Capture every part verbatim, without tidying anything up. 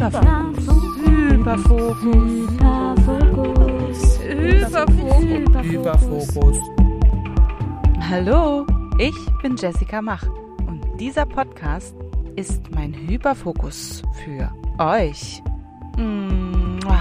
Hyperfokus. Hyperfokus. Hyperfokus. Hyperfokus. Hallo, ich bin Jessica Mach und dieser Podcast ist mein Hyperfokus für euch. Mua.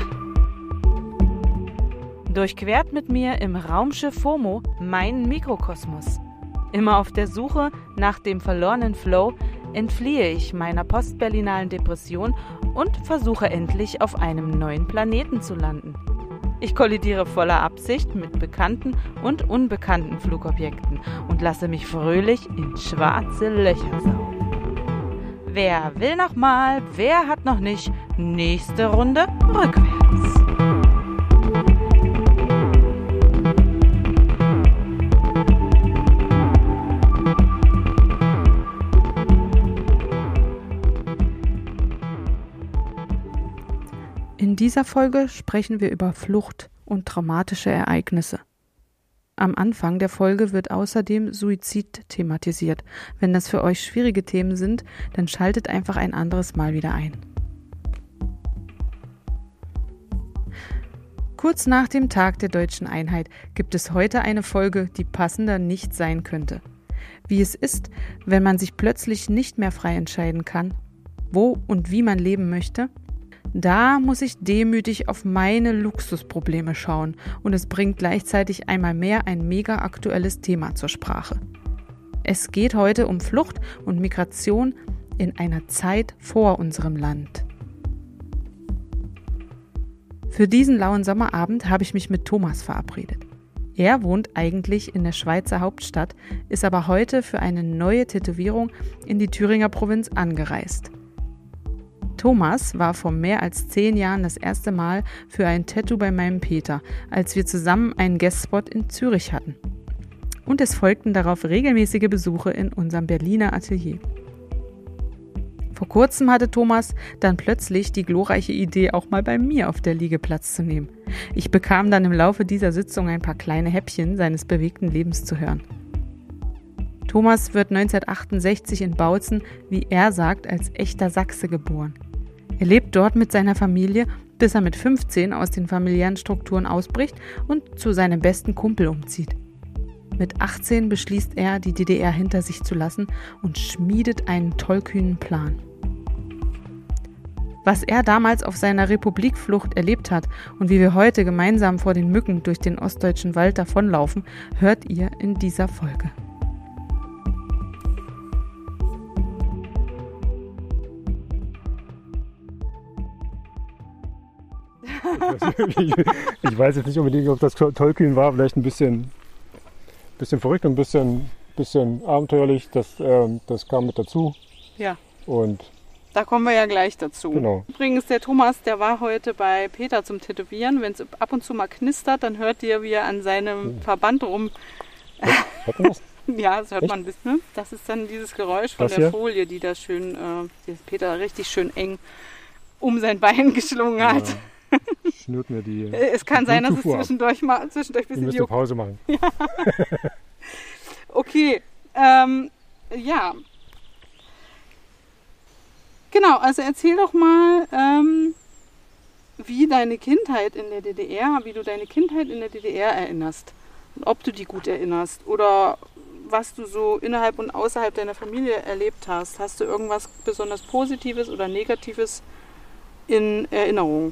Durchquert mit mir im Raumschiff FOMO meinen Mikrokosmos. Immer auf der Suche nach dem verlorenen Flow entfliehe ich meiner postberlinalen Depression und versuche endlich auf einem neuen Planeten zu landen. Ich kollidiere voller Absicht mit bekannten und unbekannten Flugobjekten und lasse mich fröhlich in schwarze Löcher saugen. Wer will noch mal, wer hat noch nicht? Nächste Runde rückwärts. In dieser Folge sprechen wir über Flucht und traumatische Ereignisse. Am Anfang der Folge wird außerdem Suizid thematisiert. Wenn das für euch schwierige Themen sind, dann schaltet einfach ein anderes Mal wieder ein. Kurz nach dem Tag der Deutschen Einheit gibt es heute eine Folge, die passender nicht sein könnte. Wie es ist, wenn man sich plötzlich nicht mehr frei entscheiden kann, wo und wie man leben möchte. Da muss ich demütig auf meine Luxusprobleme schauen und es bringt gleichzeitig einmal mehr ein mega aktuelles Thema zur Sprache. Es geht heute um Flucht und Migration in einer Zeit vor unserem Land. Für diesen lauen Sommerabend habe ich mich mit Thomas verabredet. Er wohnt eigentlich in der Schweizer Hauptstadt, ist aber heute für eine neue Tätowierung in die Thüringer Provinz angereist. Thomas war vor mehr als zehn Jahren das erste Mal für ein Tattoo bei meinem Peter, als wir zusammen einen Guestspot in Zürich hatten. Und es folgten darauf regelmäßige Besuche in unserem Berliner Atelier. Vor kurzem hatte Thomas dann plötzlich die glorreiche Idee, auch mal bei mir auf der Liege Platz zu nehmen. Ich bekam dann im Laufe dieser Sitzung ein paar kleine Häppchen seines bewegten Lebens zu hören. Thomas wird neunzehnhundertachtundsechzig in Bautzen, wie er sagt, als echter Sachse geboren. Er lebt dort mit seiner Familie, bis er mit fünfzehn aus den familiären Strukturen ausbricht und zu seinem besten Kumpel umzieht. Mit achtzehn beschließt er, die D D R hinter sich zu lassen und schmiedet einen tollkühnen Plan. Was er damals auf seiner Republikflucht erlebt hat und wie wir heute gemeinsam vor den Mücken durch den ostdeutschen Wald davonlaufen, hört ihr in dieser Folge. Ich, ich weiß jetzt nicht unbedingt, ob das tollkühn war, vielleicht ein bisschen, bisschen verrückt und ein bisschen, bisschen abenteuerlich. Das, ähm, das kam mit dazu. Ja. Und da kommen wir ja gleich dazu. Genau. Übrigens, der Thomas, der war heute bei Peter zum Tätowieren. Wenn es ab und zu mal knistert, dann hört ihr, wie er an seinem Verband rum... Hört man das? Ja, das hört Echt? man ein bisschen. Das ist dann dieses Geräusch von Das der hier? Folie, die da schön, äh, die Peter richtig schön eng um sein Bein geschlungen hat. Ja. Schnürt mir die. Es kann die sein, dass es Blutzufuhr ab. zwischendurch mal zwischendurch ein Wir bisschen müssen juckt. Pause machen. Okay, ähm, ja. Genau, also erzähl doch mal, ähm, wie deine Kindheit in der D D R, wie du deine Kindheit in der D D R erinnerst. Und ob du die gut erinnerst oder was du so innerhalb und außerhalb deiner Familie erlebt hast. Hast du irgendwas besonders Positives oder Negatives in Erinnerung?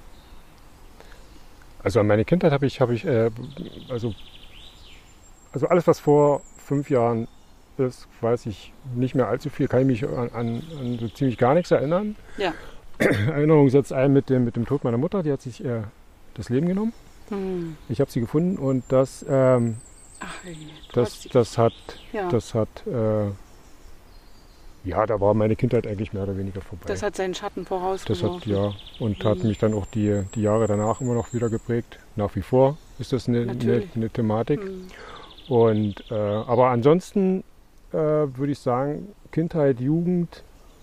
Also an meine Kindheit habe ich, habe ich äh, also, also alles, was vor fünf Jahren ist, weiß ich nicht mehr allzu viel, kann ich mich an, an, an so ziemlich gar nichts erinnern. Ja. Erinnerung setzt ein mit dem, mit dem Tod meiner Mutter, die hat sich äh, das Leben genommen. Hm. Ich habe sie gefunden und das, ähm, Ach, du das, hast die- das hat, ja. das hat, äh, ja, da war meine Kindheit eigentlich mehr oder weniger vorbei. Das hat seinen Schatten Das vorausgeworfen. hat, ja, und hat Mhm. mich dann auch die, die Jahre danach immer noch wieder geprägt. Nach wie vor ist das eine, eine, Natürlich. eine Thematik. Hm. Und, äh, aber ansonsten äh, würde ich sagen, Kindheit, Jugend,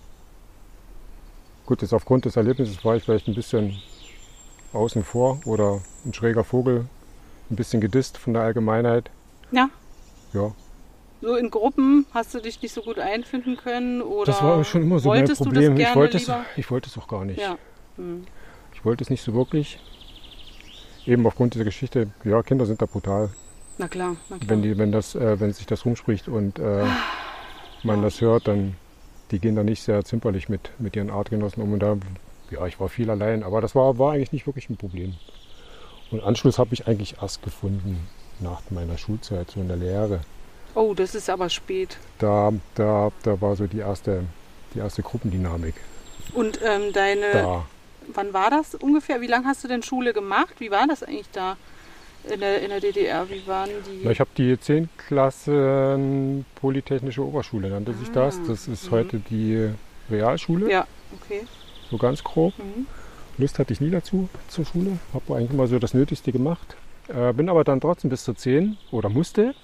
gut, jetzt aufgrund des Erlebnisses war ich vielleicht ein bisschen außen vor oder ein schräger Vogel, ein bisschen gedisst von der Allgemeinheit. Ja. Ja. So in Gruppen hast du dich nicht so gut einfinden können? Oder das war schon immer so mein Problem. Ich wollte, es, ich wollte es auch gar nicht. Ja. Hm. Ich wollte es nicht so wirklich. Eben aufgrund dieser Geschichte, ja, Kinder sind da brutal. Na klar, na klar. Wenn, die, wenn, das, äh, wenn sich das rumspricht und äh, man ja. das hört, dann die gehen da nicht sehr zimperlich mit, mit ihren Artgenossen um. Und da, ja, ich war viel allein, aber das war, war eigentlich nicht wirklich ein Problem. Und Anschluss habe ich eigentlich erst gefunden nach meiner Schulzeit, so in der Lehre. Oh, das ist aber spät. Da, da, da war so die erste, die erste Gruppendynamik. Und ähm, deine, da. wann war das ungefähr? Wie lange hast du denn Schule gemacht? Wie war das eigentlich da in der, in der D D R? Wie waren die? Na, ich habe die zehn Klassen Polytechnische Oberschule, nannte ah, sich das. Das ist mhm. heute die Realschule. Ja, okay. So ganz grob. Mhm. Lust hatte ich nie dazu, zur Schule. Habe eigentlich immer so das Nötigste gemacht. Äh, bin aber dann trotzdem bis zur zehn oder musste.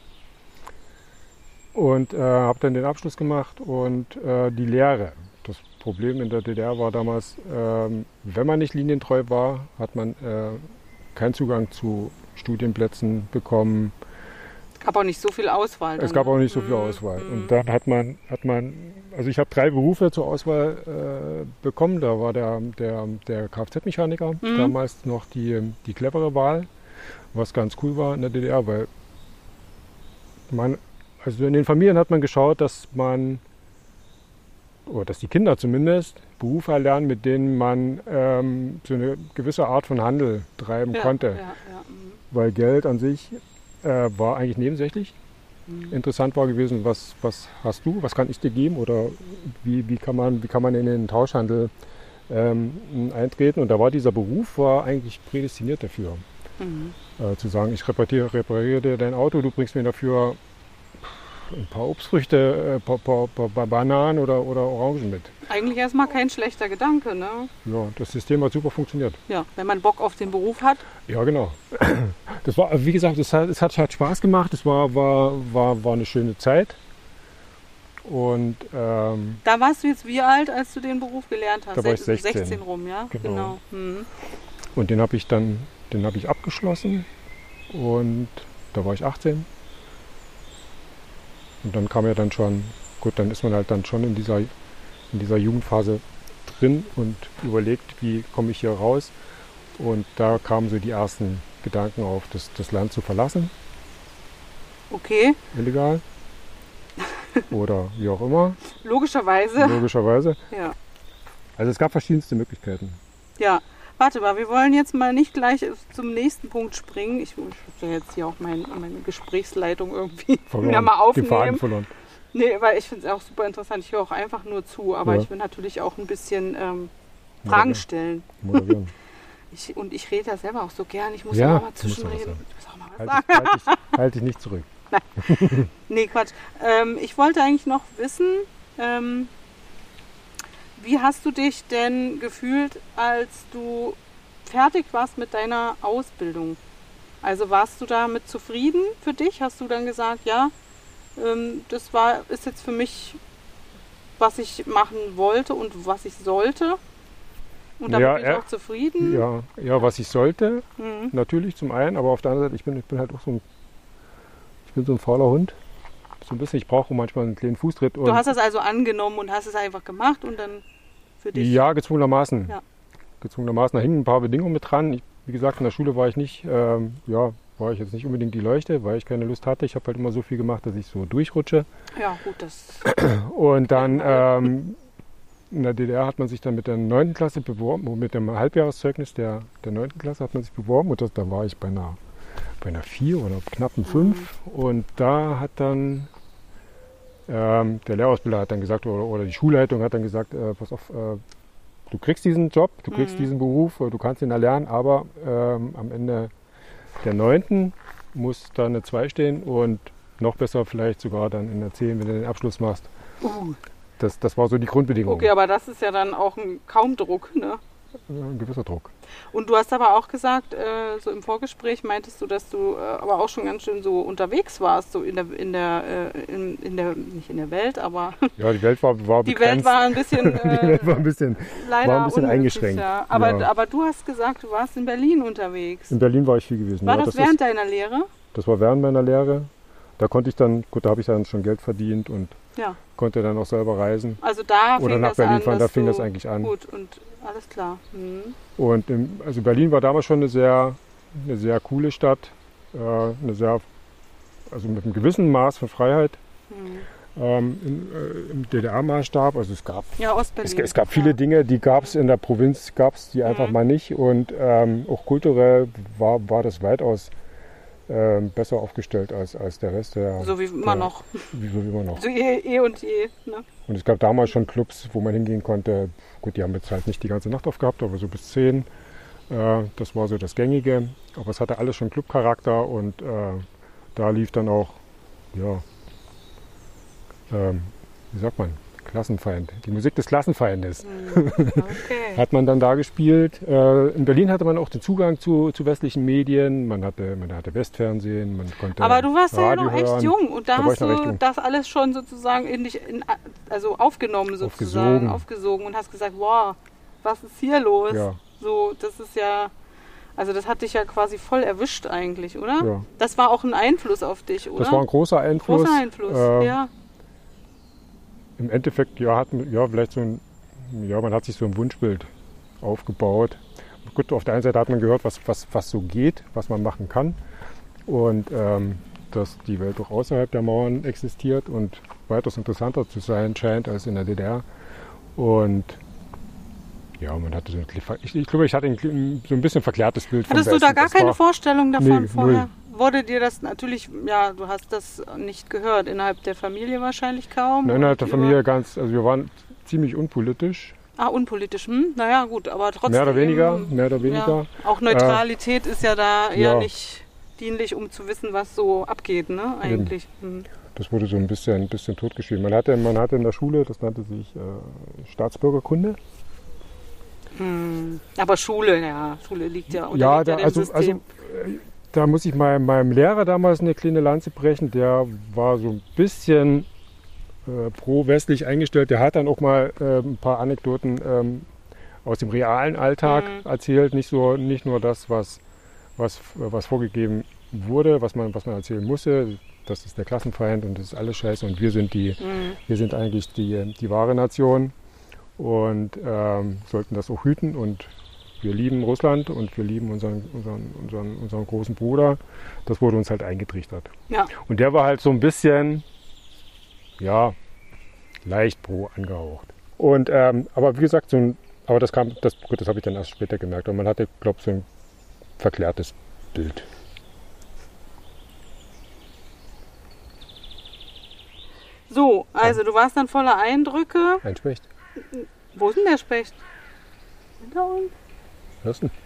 Und äh, habe dann den Abschluss gemacht und äh, die Lehre. Das Problem in der D D R war damals, äh, wenn man nicht linientreu war, hat man äh, keinen Zugang zu Studienplätzen bekommen. Es gab auch nicht so viel Auswahl. Dann, es gab ne? auch nicht so viel mhm. Auswahl. Und dann hat man, hat man, also ich habe drei Berufe zur Auswahl äh, bekommen. Da war der, der, der Kfz-Mechaniker mhm. damals noch die, die clevere Wahl, was ganz cool war in der D D R, weil man, also in den Familien hat man geschaut, dass man, oder dass die Kinder zumindest, Berufe erlernen, mit denen man ähm, so eine gewisse Art von Handel treiben ja, konnte. Ja, ja, mhm. Weil Geld an sich äh, war eigentlich nebensächlich. Mhm. Interessant war gewesen, was, was hast du, was kann ich dir geben oder wie, wie, kann, man, wie kann man in den Tauschhandel ähm, eintreten. Und da war dieser Beruf war eigentlich prädestiniert dafür. Mhm. Äh, zu sagen, ich repariere, repariere dir dein Auto, du bringst mir dafür ein paar Obstfrüchte, ein paar, paar, paar, paar Bananen oder, oder Orangen mit. Eigentlich erstmal kein schlechter Gedanke, ne? Ja, das System hat super funktioniert. Ja, wenn man Bock auf den Beruf hat. Ja, genau. Das war, wie gesagt, es hat, es hat, hat Spaß gemacht, es war, war, war, war eine schöne Zeit. Und ähm, da warst du jetzt wie alt, als du den Beruf gelernt hast? Da war ich sechzehn. sechzehn rum, ja? Genau. genau. Hm. Und den habe ich dann, den habe ich abgeschlossen und da war ich achtzehn. Und dann kam ja dann schon, gut, dann ist man halt dann schon in dieser, in dieser Jugendphase drin und überlegt, wie komme ich hier raus. Und da kamen so die ersten Gedanken auf, das, das Land zu verlassen. Okay. Illegal. Oder wie auch immer. Logischerweise. Logischerweise. Ja. Also es gab verschiedenste Möglichkeiten. Ja. Warte mal, wir wollen jetzt mal nicht gleich zum nächsten Punkt springen. Ich muss ja jetzt hier auch mein, meine Gesprächsleitung irgendwie wieder mal aufnehmen. Den Faden verloren. Nee, weil ich finde es auch super interessant. Ich höre auch einfach nur zu, aber ja. ich will natürlich auch ein bisschen ähm, Fragen stellen. Moderieren. Ich, und ich rede ja selber auch so gern. Ich muss ja auch mal zwischenreden. Ich muss auch mal was halt sagen. Ich, halt, ich, halt dich nicht zurück. Nein. Nee, Quatsch. Ähm, ich wollte eigentlich noch wissen, ähm, wie hast du dich denn gefühlt, als du fertig warst mit deiner Ausbildung? Also warst du damit zufrieden für dich? Hast du dann gesagt, ja, ähm, das war, ist jetzt für mich, was ich machen wollte und was ich sollte? Und damit ja, bin ich auch zufrieden? Ja, ja, was ich sollte, mhm. natürlich zum einen, aber auf der anderen Seite, ich bin, ich bin halt auch so ein, ich bin so ein fauler Hund. So ein bisschen, ich brauche manchmal einen kleinen Fußtritt. Und du hast das also angenommen und hast es einfach gemacht und dann für dich? Ja, gezwungenermaßen. Ja. Gezwungenermaßen. Da hingen ein paar Bedingungen mit dran. Ich, wie gesagt, in der Schule war ich nicht, ähm, ja, war ich jetzt nicht unbedingt die Leuchte, weil ich keine Lust hatte. Ich habe halt immer so viel gemacht, dass ich so durchrutsche. Ja, gut, das... Und dann ähm, in der D D R hat man sich dann mit der neunten Klasse beworben, mit dem Halbjahreszeugnis der, der neunten Klasse hat man sich beworben und das, da war ich bei einer, bei einer vier oder knappen fünf. Mhm. Und da hat dann ähm, der Lehrausbilder hat dann gesagt, oder, oder die Schulleitung hat dann gesagt, äh, pass auf, äh, du kriegst diesen Job, du kriegst mhm. diesen Beruf, du kannst ihn erlernen, aber ähm, am Ende der neunten muss da eine zwei stehen und noch besser vielleicht sogar dann in der zehn, wenn du den Abschluss machst. Uh. Das, das war so die Grundbedingung. Okay, aber das ist ja dann auch ein, kaum Druck, ne? Ein gewisser Druck. Und du hast aber auch gesagt, äh, so im Vorgespräch meintest du, dass du äh, aber auch schon ganz schön so unterwegs warst, so in der, in der, äh, in, in der, nicht in der Welt, aber... Ja, die Welt war, war die begrenzt. Welt war ein bisschen... Äh, die Welt war ein bisschen, leider war ein bisschen unnötig, eingeschränkt. Ja. Aber, ja. aber du hast gesagt, du warst in Berlin unterwegs. In Berlin war ich viel gewesen. War ja, das, das während ist, deiner Lehre? Das war während meiner Lehre. da konnte ich dann, gut, da habe ich dann schon Geld verdient und ja. konnte dann auch selber reisen. Also da Oder fing nach das Berlin an, fahren, da dass fing du, das eigentlich an. Gut, und alles klar. Mhm. Und im, also Berlin war damals schon eine sehr, eine sehr coole Stadt, äh, eine sehr, also mit einem gewissen Maß von Freiheit. Mhm. Ähm, in, äh, im D D R-Maßstab. Also es gab, ja, Ostberlin. es, es gab viele ja. Dinge, die gab es in der Provinz, gab es die einfach mhm. mal nicht. Und ähm, auch kulturell war, war das weitaus ähm, besser aufgestellt als, als der Rest. Der, so wie immer der, noch. Wie, so wie immer noch. So eh, eh und je. Ne? Und es gab damals schon Clubs, wo man hingehen konnte. Gut, die haben jetzt halt nicht die ganze Nacht aufgehabt, aber so bis zehn. Äh, das war so das Gängige. Aber es hatte alles schon Clubcharakter und äh, da lief dann auch, ja, Ähm, wie sagt man, Klassenfeind, die Musik des Klassenfeindes. Okay. Hat man dann da gespielt. Äh, in Berlin hatte man auch den Zugang zu, zu westlichen Medien, man hatte, man hatte Westfernsehen, man konnte Aber du warst Radio ja noch echt hören. jung und da, da hast du das alles schon sozusagen in dich, in, also aufgenommen sozusagen, aufgesogen. aufgesogen und hast gesagt, wow, was ist hier los? Ja. So, das ist ja... Also das hat dich ja quasi voll erwischt eigentlich, oder? Ja. Das war auch ein Einfluss auf dich, oder? Das war ein großer Einfluss. Großer Einfluss, äh, ja. Im Endeffekt, ja, hat, ja, vielleicht so ein, ja, man hat sich so ein Wunschbild aufgebaut. Gut, auf der einen Seite hat man gehört, was, was, was so geht, was man machen kann. Und ähm, dass die Welt auch außerhalb der Mauern existiert und weitaus interessanter zu sein scheint als in der D D R. Und ja, man hatte so ein, ich, ich glaube, ich hatte ein, so ein bisschen verklärtes Bild von Hattest Westen. du da gar Das keine war, Vorstellung davon nee, vorher? Null. Wurde dir das natürlich, ja, du hast das nicht gehört, innerhalb der Familie wahrscheinlich kaum? Nein, innerhalb der Familie ganz, also wir waren ziemlich unpolitisch. Ah, unpolitisch, hm? Naja, gut, aber trotzdem. Mehr oder weniger, mehr oder weniger. Ja, auch Neutralität äh, ist ja da eher ja. nicht dienlich, um zu wissen, was so abgeht, ne, eigentlich. Hm. Das wurde so ein bisschen, ein bisschen totgeschrieben. Man hatte, man hatte in der Schule, das nannte sich äh, Staatsbürgerkunde. Hm. Aber Schule, ja, Schule liegt ja unter ja, da, dem also, System. also da muss ich meinem, meinem Lehrer damals eine kleine Lanze brechen. Der war so ein bisschen äh, pro-westlich eingestellt. Der hat dann auch mal äh, ein paar Anekdoten ähm, aus dem realen Alltag mhm. erzählt. Nicht, so, nicht nur das, was, was, was vorgegeben wurde, was man, was man erzählen musste. Das ist der Klassenfeind und das ist alles scheiße. Und wir sind, die, mhm. wir sind eigentlich die, die wahre Nation und ähm, sollten das auch hüten. Und wir lieben Russland und wir lieben unseren, unseren, unseren, unseren großen Bruder. Das wurde uns halt eingetrichtert. Ja. Und der war halt so ein bisschen, ja, leicht pro angehaucht. Und, ähm, aber wie gesagt, so ein, aber das kam, das, gut, das habe ich dann erst später gemerkt. Und man hatte, glaube ich, so ein verklärtes Bild. So, also du warst dann voller Eindrücke. Ein Specht. Wo ist denn der Specht? Hinter uns? Was denn?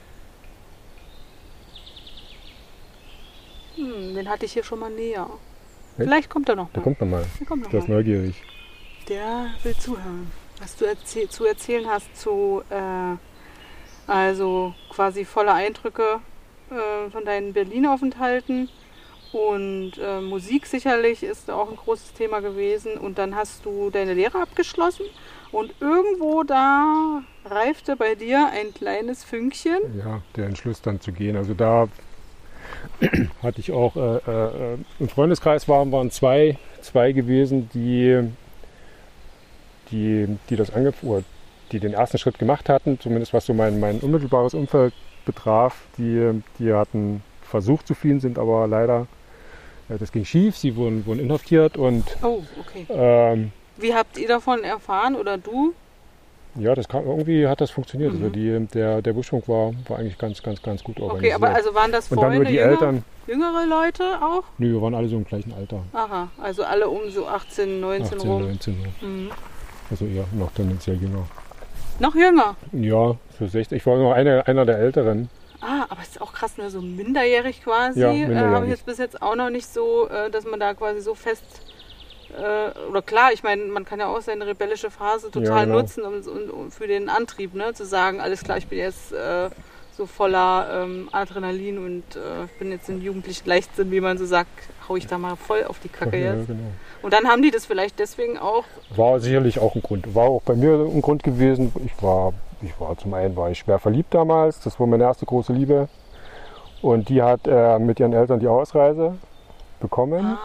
Hm, den hatte ich hier schon mal näher. Hey? Vielleicht kommt er noch mal. Der kommt noch mal. Der kommt noch Der ist mal. neugierig. Der will zuhören. Was du erzähl- zu erzählen hast zu, äh, also quasi voller Eindrücke äh, von deinen Berlin-Aufenthalten. Und äh, Musik sicherlich ist auch ein großes Thema gewesen. Und dann hast du deine Lehre abgeschlossen. Und irgendwo da reifte bei dir ein kleines Fünkchen. Ja, der Entschluss dann zu gehen. Also da hatte ich auch, äh, äh, im Freundeskreis waren, waren zwei, zwei gewesen, die, die, die das angefangen, die den ersten Schritt gemacht hatten, zumindest was so mein, mein unmittelbares Umfeld betraf. Die, die hatten versucht zu fliehen, sind aber leider, ja, das ging schief, sie wurden, wurden inhaftiert und Oh, okay. ähm, Wie habt ihr davon erfahren oder du? ja, das kam, irgendwie hat das funktioniert. Mhm. Also die, der, der Buschfunk war, war eigentlich ganz, ganz, ganz gut organisiert. Okay, aber also waren das und dann Freunde, nur die jünger, Eltern. jüngere Leute auch? Nö, wir waren alle so im gleichen Alter. Aha, also alle um so achtzehn, neunzehn achtzehn, rum. neunzehn. Ja. Mhm. Also eher noch tendenziell jünger. Noch jünger? Ja, so sechzig. Ich war noch einer, einer der Älteren. Ah, aber es ist auch krass, ne? So minderjährig quasi. Ja, Äh, minderjährig. habe ich jetzt bis jetzt auch noch nicht so, äh, dass man da quasi so fest... Äh, oder klar, ich meine, man kann ja auch seine rebellische Phase total Ja, genau. nutzen um, um, um für den Antrieb, ne? Zu sagen, alles klar, ich bin jetzt äh, so voller ähm, Adrenalin und äh, bin jetzt in jugendlichen Leichtsinn, wie man so sagt, hau ich da mal voll auf die Kacke Ja, jetzt. genau. Und dann haben die das vielleicht deswegen auch... War sicherlich auch ein Grund. War auch bei mir ein Grund gewesen. Ich war, ich war zum einen war ich schwer verliebt damals. Das war meine erste große Liebe. Und die hat äh, mit ihren Eltern die Ausreise bekommen. Ah.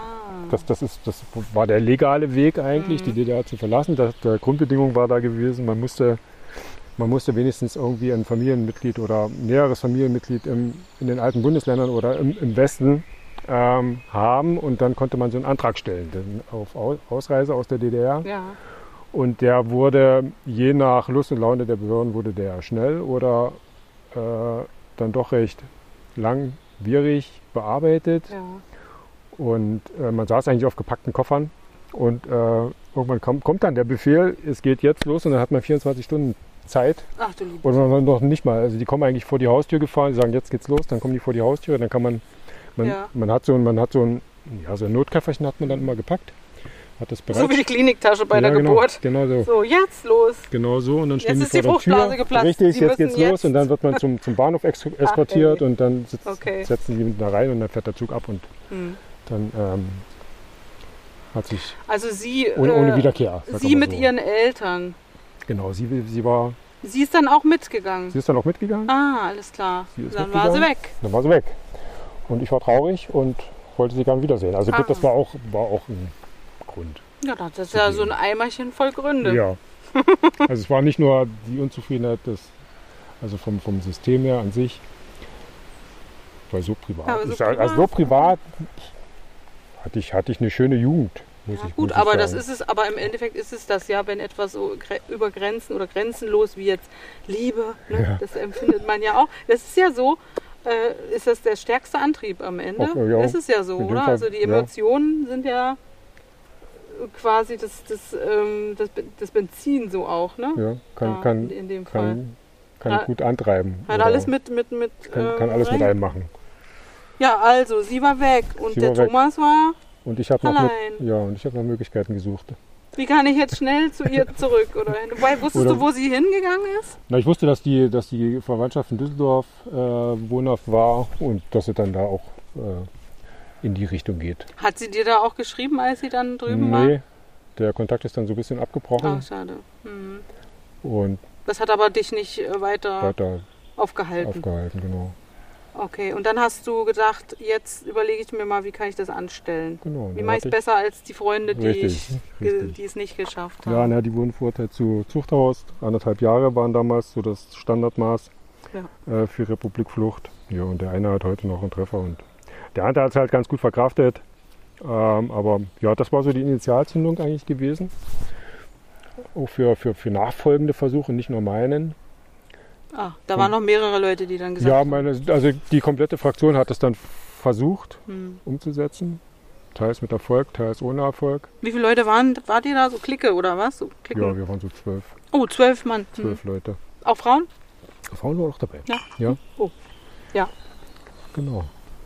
das, das, ist, das war der legale Weg eigentlich, mhm. die D D R zu verlassen. Das, die Grundbedingung war da gewesen, man musste, man musste wenigstens irgendwie ein Familienmitglied oder näheres Familienmitglied im, in den alten Bundesländern oder im, im Westen ähm, haben und dann konnte man so einen Antrag stellen denn auf Ausreise aus der D D R. Ja. Und der wurde, je nach Lust und Laune der Behörden, wurde der schnell oder äh, dann doch recht langwierig bearbeitet. Ja. Und äh, man saß eigentlich auf gepackten Koffern. Und äh, irgendwann kommt, kommt dann der Befehl, es geht jetzt los und dann hat man vierundzwanzig Stunden Zeit. Ach du liebe Oder man noch nicht mal. Also die kommen eigentlich vor die Haustür gefahren, die sagen, jetzt geht's los, dann kommen die vor die Haustür, dann kann man, man, Ja. man hat so, man hat so ein, ja, so ein Notköfferchen hat man dann immer gepackt. Hat das bereit. So wie die Kliniktasche bei ja, der genau, Geburt. Genau so. So, jetzt los. Genau so und dann stehen Jetzt die ist vor die der Fruchtblase Tür. geplatzt. Richtig, Sie jetzt geht's müssen los jetzt- und dann wird man zum, zum Bahnhof ex eskortiert ey. und dann sitzt, Okay. setzen die da rein und dann fährt der Zug ab und Hm. dann ähm, hat sich Also sie, ohne, ohne äh, Wiederkehr. sag sie mal mit so. ihren Eltern. Genau, sie, sie war, Sie ist dann auch mitgegangen. sie ist dann auch mitgegangen. Ah, alles klar. Sie ist Dann war sie mitgegangen. weg. Dann war sie weg. Und ich war traurig und wollte sie gern wiedersehen. Also gut, Ah. das war auch, war auch ein Grund. Ja, das ist ja so ein Eimerchen voll Gründe. Ja. Also es war nicht nur die Unzufriedenheit des, also vom, vom System her an sich, weil so privat. Aber so Ich sag, also so privat hatte ich, hatte ich eine schöne Jugend. Muss Ja, ich, gut, muss ich aber das sagen. ist es, aber im Endeffekt ist es das ja, wenn etwas so gre- über Grenzen oder grenzenlos wie jetzt Liebe, ne, Ja. das empfindet man ja auch. Das ist ja so, äh, ist das der stärkste Antrieb am Ende? Auch, ja, Das ist ja so, in dem oder? Fall, Also die ja. Emotionen sind ja quasi das, das, ähm, das, Be- das Benzin so auch, ne? Ja, kann, Ja, kann, in dem Fall. kann, kann Ja. gut antreiben. Hat Oder alles mit, mit, mit. kann, kann ähm, alles mit rein- einem machen. Ja, also sie war weg und Sie der war weg. Thomas war. Und ich habe noch, Allein. ja, und ich habe noch Möglichkeiten gesucht. Wie kann ich jetzt schnell zu ihr zurück? Oder weil, wusstest Oder- du, wo sie hingegangen ist? Na, ich wusste, dass die, dass die Verwandtschaft in Düsseldorf äh, wohnhaft war und dass sie dann da auch äh, in die Richtung geht. Hat sie dir da auch geschrieben, als sie dann drüben war? Nee, der Kontakt ist dann so ein bisschen abgebrochen Ach, schade. Hm. und Das hat aber dich nicht äh, weiter weiter aufgehalten. aufgehalten, genau. Okay, und dann hast du gedacht, jetzt überlege ich mir mal, wie kann ich das anstellen? genau. Und Wie dann mache ich hatte es besser als die Freunde, die, Richtig, ich, ge- richtig. die es nicht geschafft Ja, haben? na, die wurden verurteilt zu Zuchthaus. Anderthalb Jahre waren damals so das Standardmaß äh, für Republikflucht. Ja, und der eine hat heute noch einen Treffer und der andere hat es halt ganz gut verkraftet. Ähm, aber ja, das war so die Initialzündung eigentlich gewesen. Auch für, für, für nachfolgende Versuche, nicht nur meinen. Ah, da waren noch mehrere Leute, die dann gesagt Ja, haben. meine, also die komplette Fraktion hat es dann versucht Hm. umzusetzen. Teils mit Erfolg, teils ohne Erfolg. Wie viele Leute waren, wart ihr da? So Clique oder was? So Cliquen? Ja, wir waren so zwölf, Oh, zwölf Mann. Hm. zwölf Leute. Auch Frauen? Frauen waren auch dabei. Ja. Ja. Oh. Ja. Genau.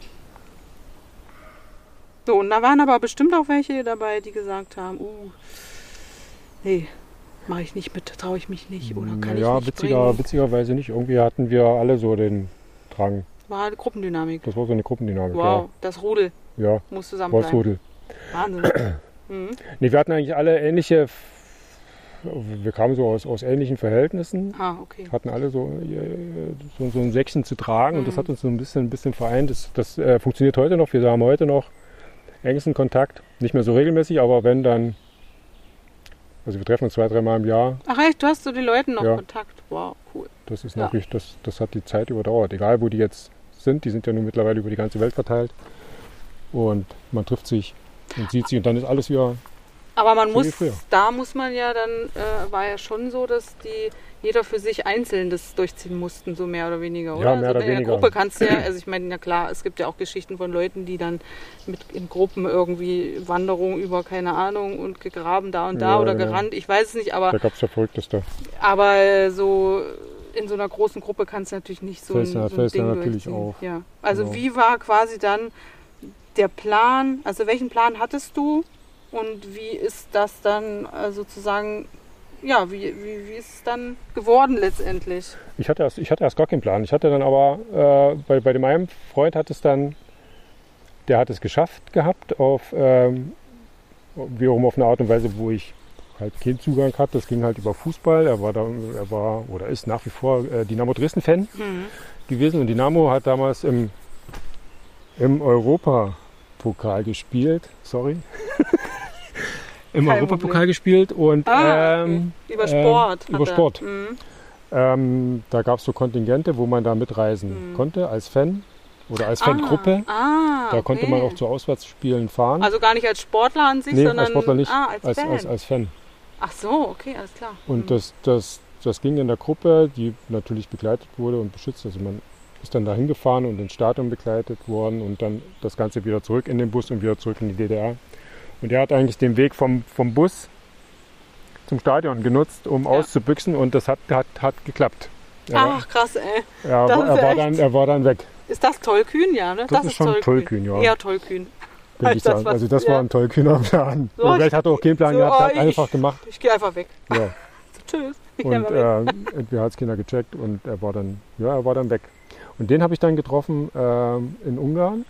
So, und da waren aber bestimmt auch welche dabei, die gesagt haben, uh, nee, mache ich nicht mit, traue ich mich nicht oder kann ja, ich nicht witziger, bringen. witzigerweise nicht. Irgendwie hatten wir alle so den Drang. War halt Gruppendynamik. Das war so eine Gruppendynamik. Wow, das Rudel Ja, ja. muss zusammenbleiben. Wolfsrudel. Wahnsinn. Mhm. Nee, wir hatten eigentlich alle ähnliche, wir kamen so aus, aus ähnlichen Verhältnissen. Ah, okay. Hatten alle so, äh, so, so ein Säckchen zu tragen und das Mhm. hat uns so ein bisschen, ein bisschen vereint. Das, das äh, funktioniert heute noch. Wir haben heute noch engsten Kontakt. Nicht mehr so regelmäßig, aber wenn dann, also wir treffen uns zwei, dreimal im Jahr. Ach echt, du hast zu den Leuten noch Ja. Kontakt. Wow, cool. Das ist Ja. wirklich, das, das hat die Zeit überdauert. Egal wo die jetzt sind, die sind ja nun mittlerweile über die ganze Welt verteilt. Und man trifft sich und sieht sie und dann ist alles wieder. Aber man So muss, wie früher. da muss man ja dann, äh, war ja schon so, dass die jeder für sich einzeln das durchziehen mussten, so mehr oder weniger, oder? Ja, mehr also oder in weniger. der Gruppe kannst du ja, also ich meine, na klar, es gibt ja auch Geschichten von Leuten, die dann mit in Gruppen irgendwie Wanderung über, keine Ahnung, und gegraben da und da Ja, oder genau. gerannt, ich weiß es nicht, aber, Da gab es ja Verrückteste. aber äh, so in so einer großen Gruppe kannst du natürlich nicht so ein, Fällst ja- so ein fällst ja Ding natürlich durchziehen. auf. Ja. Also Genau. wie war quasi dann der Plan, also welchen Plan hattest du und wie ist das dann äh, sozusagen, ja, wie, wie, wie ist es dann geworden letztendlich? Ich hatte erst, ich hatte erst gar keinen Plan. Ich hatte dann aber, äh, bei, bei dem einen Freund hat es dann, der hat es geschafft gehabt, auf, ähm, wiederum auf eine Art und Weise, wo ich halt keinen Zugang hatte. Das ging halt über Fußball. Er war, da, er war oder ist nach wie vor äh, Dynamo Dresden-Fan Hm. gewesen. Und Dynamo hat damals im, im Europa Europapokal gespielt, sorry. Im Kein Europapokal Problem. gespielt und Ah, ähm, okay. Über Sport. Ähm, hat über er. Sport. Mhm. Ähm, da gab es so Kontingente, wo man da mitreisen Mhm. konnte als Fan oder als Fangruppe. Ah, ah, Da konnte okay. man auch zu Auswärtsspielen fahren. Also gar nicht als Sportler an sich, nee, sondern als Sportler nicht, ah, als, als, Fan. als, als Fan. Ach so, okay, alles klar. Und Mhm. das, das, das ging in der Gruppe, die natürlich begleitet wurde und beschützt. Also man ist dann da hingefahren und ins Stadion begleitet worden und dann das Ganze wieder zurück in den Bus und wieder zurück in die D D R. Und er hat eigentlich den Weg vom, vom Bus zum Stadion genutzt, um Ja. auszubüchsen und das hat, hat, hat geklappt. Er, Ach, krass, ey. er, das er, ist war echt- dann, er war dann weg. Ist das tollkühn? Ja, ne? Das ist schon tollkühn, ja. Eher tollkühn. Würde Als ich das, sagen. was- Also das ja. war ein tollkühner Plan. So, Oder vielleicht ich- hat er auch keinen Plan so, gehabt, er hat ich- einfach gemacht. Ich gehe einfach weg. Ja. So, tschüss. Ich geh Und einfach weg. äh, wir hat es Kinder gecheckt und er war dann, ja, er war dann weg. Und den habe ich dann getroffen ähm, in Ungarn.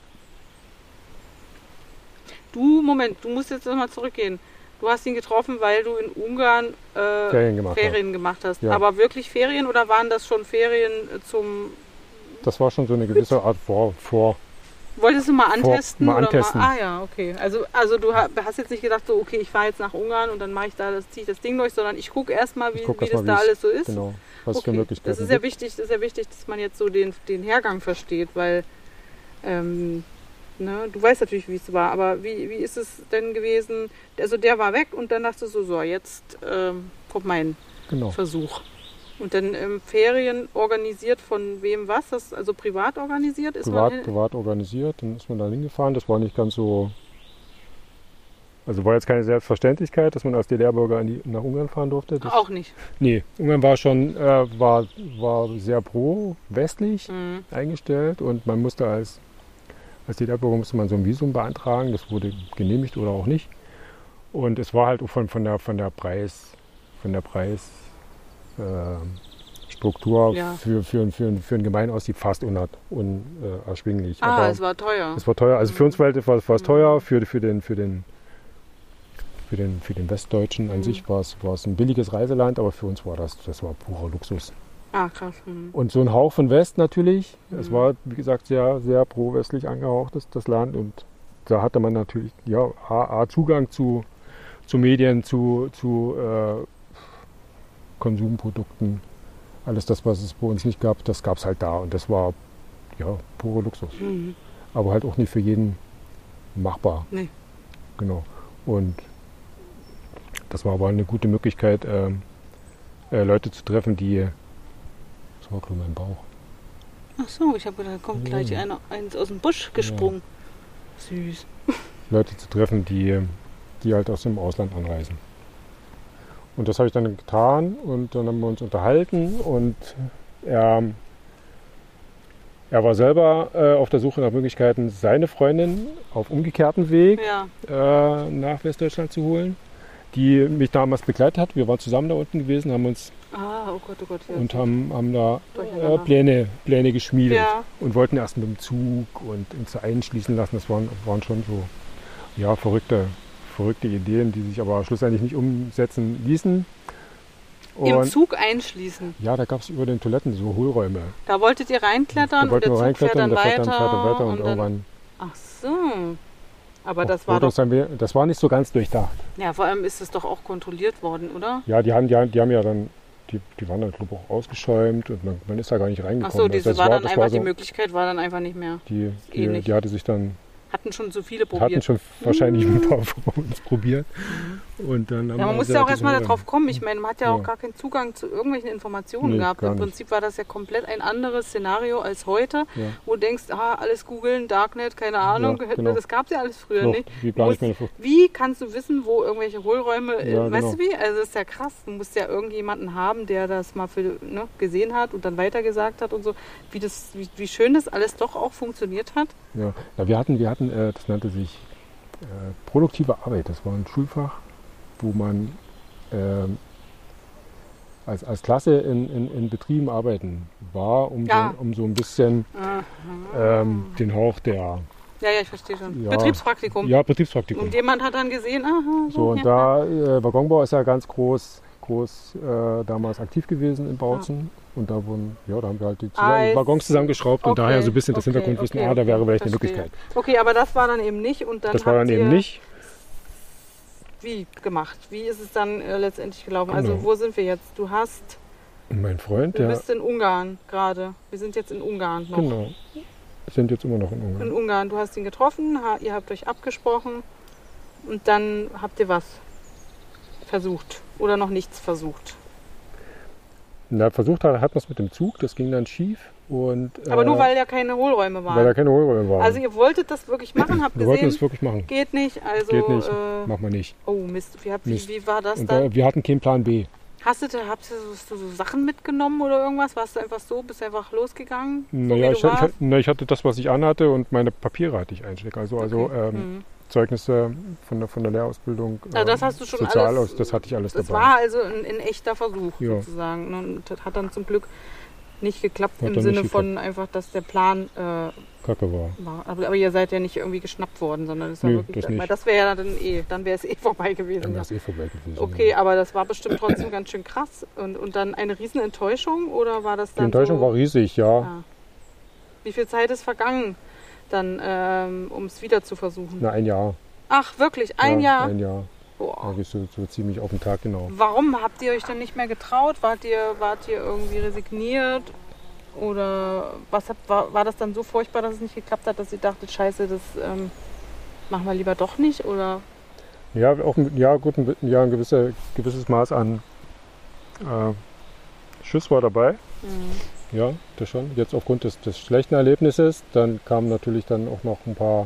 Du, Moment, du musst jetzt nochmal zurückgehen. Du hast ihn getroffen, weil du in Ungarn äh, Ferien gemacht habe. Ferien gemacht hast. Ja. Aber wirklich Ferien oder waren das schon Ferien äh, zum... Das war schon so eine gewisse Art vor, vor Wolltest du mal antesten? mal oder antesten. Mal, ah ja, okay. Also, also du ha- hast jetzt nicht gedacht, so okay, ich fahre jetzt nach Ungarn und dann mache ich da, das ziehe ich das Ding durch, sondern ich gucke erstmal, wie, Ich guck wie erst das mal, da wie es- alles so ist. genau, was es für Okay. Möglichkeiten Das ist ja gibt. wichtig, das ist ja wichtig, dass man jetzt so den, den Hergang versteht, weil ähm, ne, du weißt natürlich, wie es war, aber wie, wie ist es denn gewesen? Also der war weg und dann dachtest du so, jetzt ähm, kommt mein Genau. Versuch. Und dann ähm, Ferien organisiert von wem was? Das, also privat organisiert ist Privat, man hin? privat organisiert, dann ist man da hingefahren. Das war nicht ganz so, also war jetzt keine Selbstverständlichkeit, dass man als D D R-Bürger in die- nach Ungarn fahren durfte. Das, Auch nicht. nee, Ungarn war schon, äh, war, war sehr pro-westlich Mhm. eingestellt und man musste als, als D D R-Bürger musste man so ein Visum beantragen. Das wurde genehmigt oder auch nicht. Und es war halt auch von, von der, von der Preis, von der Preis, äh, Struktur Ja. für, für, für, für einen Gemeinaussieb fast unerschwinglich. Ah, Aber es war teuer. es war teuer. Also für uns war, war es Mhm. teuer, für, für, den, für, den, für, den, für den Westdeutschen an Mhm. sich war es, war es ein billiges Reiseland, aber für uns war das, das war purer Luxus. Ah, krass. Mhm. Und so ein Hauch von West natürlich. Es Mhm. war, wie gesagt, sehr, sehr pro-westlich angehaucht, das, das Land. Und da hatte man natürlich ja, A, A, Zugang zu, zu Medien, zu, zu äh, Konsumprodukten. Alles das, was es bei uns nicht gab, das gab es halt da. Und das war ja pure Luxus. Mhm. Aber halt auch nicht für jeden machbar. Nee. Genau. Und das war aber eine gute Möglichkeit, ähm, äh, Leute zu treffen, die. Das war glaube ich mein Bauch. Ach so, ich habe gedacht, da kommt gleich Ja. einer, eins aus dem Busch gesprungen. Süß. Leute zu treffen, die, die halt aus dem Ausland anreisen. Und das habe ich dann getan und dann haben wir uns unterhalten und er, er war selber äh, auf der Suche nach Möglichkeiten, seine Freundin auf umgekehrten Weg Ja. äh, nach Westdeutschland zu holen, die mich damals begleitet hat. Wir waren zusammen da unten gewesen, haben uns Ah, oh Gott, oh Gott. Ja. und haben, haben da äh, Durcheinander. Pläne, Pläne geschmiedet Ja. und wollten erst mit dem Zug und uns einschließen lassen. Das waren, waren schon so ja, verrückte, verrückte Ideen, die sich aber schlussendlich nicht umsetzen ließen. Im Und Zug einschließen. ja, da gab es über den Toiletten so Hohlräume. Da wolltet ihr reinklettern Da wollten und wir der Zug fährt reinklettern, dann der fährt weiter. dann, fährt dann weiter und, dann, irgendwann. ach so. Aber auch das war Fotos doch, haben wir, das war nicht so ganz durchdacht. ja, vor allem ist es doch auch kontrolliert worden, oder? Ja, die haben, die, haben- die haben ja dann, die, die waren dann glaube ich auch ausgeschäumt und man, man ist da gar nicht Ach reingekommen. so, diese das war dann das einfach, so, die Möglichkeit war dann einfach nicht mehr. die, die, ähnlich. die hatte sich dann, Hatten schon so viele hatten probiert. schon wahrscheinlich ein paar von uns probiert. Und dann haben Ja, man wir muss sie ja auch halt erstmal diesen- darauf kommen. Ich meine, man hat ja auch Ja. gar keinen Zugang zu irgendwelchen Informationen Nee, gehabt. gar Im nicht. Prinzip war das ja komplett ein anderes Szenario als heute, Ja. wo du denkst, ah, alles googeln, Darknet, keine Ahnung. Ja, genau. Das gab es ja alles früher Flucht, nicht. wie Du plane musst- ich meine Flucht? Wie kannst du wissen, wo irgendwelche Hohlräume, äh, Ja, weißt du genau. wie? Also das ist ja krass. Du musst ja irgendjemanden haben, der das mal für, ne, gesehen hat und dann weitergesagt hat und so. Wie, das, wie, wie schön das alles doch auch funktioniert hat. Ja, ja wir hatten, wir hatten äh, das nannte sich äh, produktive Arbeit. Das war ein Schulfach, wo man ähm, als, als Klasse in, in, in Betrieben arbeiten war, um, Ja. so, um so ein bisschen Aha. ähm, den Hauch der Ja, ja, ich verstehe schon. Ja. Betriebspraktikum. ja, Betriebspraktikum. Und jemand hat dann gesehen, aha, so, So, und ja, da, äh, Waggonbau ist ja ganz groß groß äh, damals aktiv gewesen in Bautzen. Ja. Und da wurden, ja, da haben wir halt die zusammen, ah, Waggons zusammengeschraubt okay, und daher so ein bisschen das okay, Hintergrundwissen, okay, ah, da wäre okay, vielleicht verstehe. eine Möglichkeit. Okay, aber das war dann eben nicht und dann Das war dann eben nicht. Wie gemacht? Wie ist es dann äh, letztendlich gelaufen? Genau. Also wo sind wir jetzt? Du hast... Mein Freund, Du der... bist in Ungarn gerade. Wir sind jetzt in Ungarn noch. Genau. Wir sind jetzt immer noch in Ungarn. In Ungarn. Du hast ihn getroffen, ha, ihr habt euch abgesprochen und dann habt ihr was versucht oder noch nichts versucht? Na, versucht hat, hat man es mit dem Zug, das ging dann schief. Und, Aber äh, nur weil da keine Hohlräume waren? Weil da keine Hohlräume waren. Also ihr wolltet das wirklich machen, habt wir gesehen? wollten das wirklich machen. Geht nicht, also... Geht nicht, äh, machen wir nicht. Oh Mist, wie, habt, Mist. wie, wie war das und dann? Da, wir hatten keinen Plan B. Hast du, habt ihr so, so Sachen mitgenommen oder irgendwas? Warst du einfach so, bist einfach losgegangen? Naja, so ich, ich, na, ich hatte das, was ich anhatte und meine Papiere hatte ich einschlägt. Also, Okay. also ähm, Mhm. Zeugnisse von der, von der Lehrausbildung, Ja, das hast du schon Sozialaus, alles, das hatte ich alles das dabei. war also ein, ein echter Versuch Ja. sozusagen. ne? Und das hat dann zum Glück nicht geklappt Hat im dann Sinne nicht von einfach, dass der Plan äh, Kacke war. war. Aber, aber ihr seid ja nicht irgendwie geschnappt worden, sondern es war Nö, wirklich. das nicht. Weil das wäre ja dann eh, dann wäre es eh vorbei gewesen. Dann Ja. wäre es eh vorbei gewesen. Okay, ja. aber das war bestimmt trotzdem ganz schön krass. Und, und dann eine riesen Enttäuschung oder war das Die dann Enttäuschung so, war riesig, ja. ja. Wie viel Zeit ist vergangen, dann, ähm, um es wieder zu versuchen? Na, ein Jahr. Ach, wirklich? Ein ja, Jahr? Ein Jahr. Boah. Eigentlich so, so ziemlich auf den Tag genau. Warum habt ihr euch dann nicht mehr getraut? Wart ihr, wart ihr irgendwie resigniert? Oder was habt, war, war das dann so furchtbar, dass es nicht geklappt hat, dass ihr dachtet, scheiße, das ähm, machen wir lieber doch nicht? Oder? Ja, auch ein, ja, gut, ein, ja, ein gewisse, gewisses Maß an äh, Schuss war dabei. Mhm. Ja, das schon. Jetzt aufgrund des, des schlechten Erlebnisses, dann kamen natürlich dann auch noch ein paar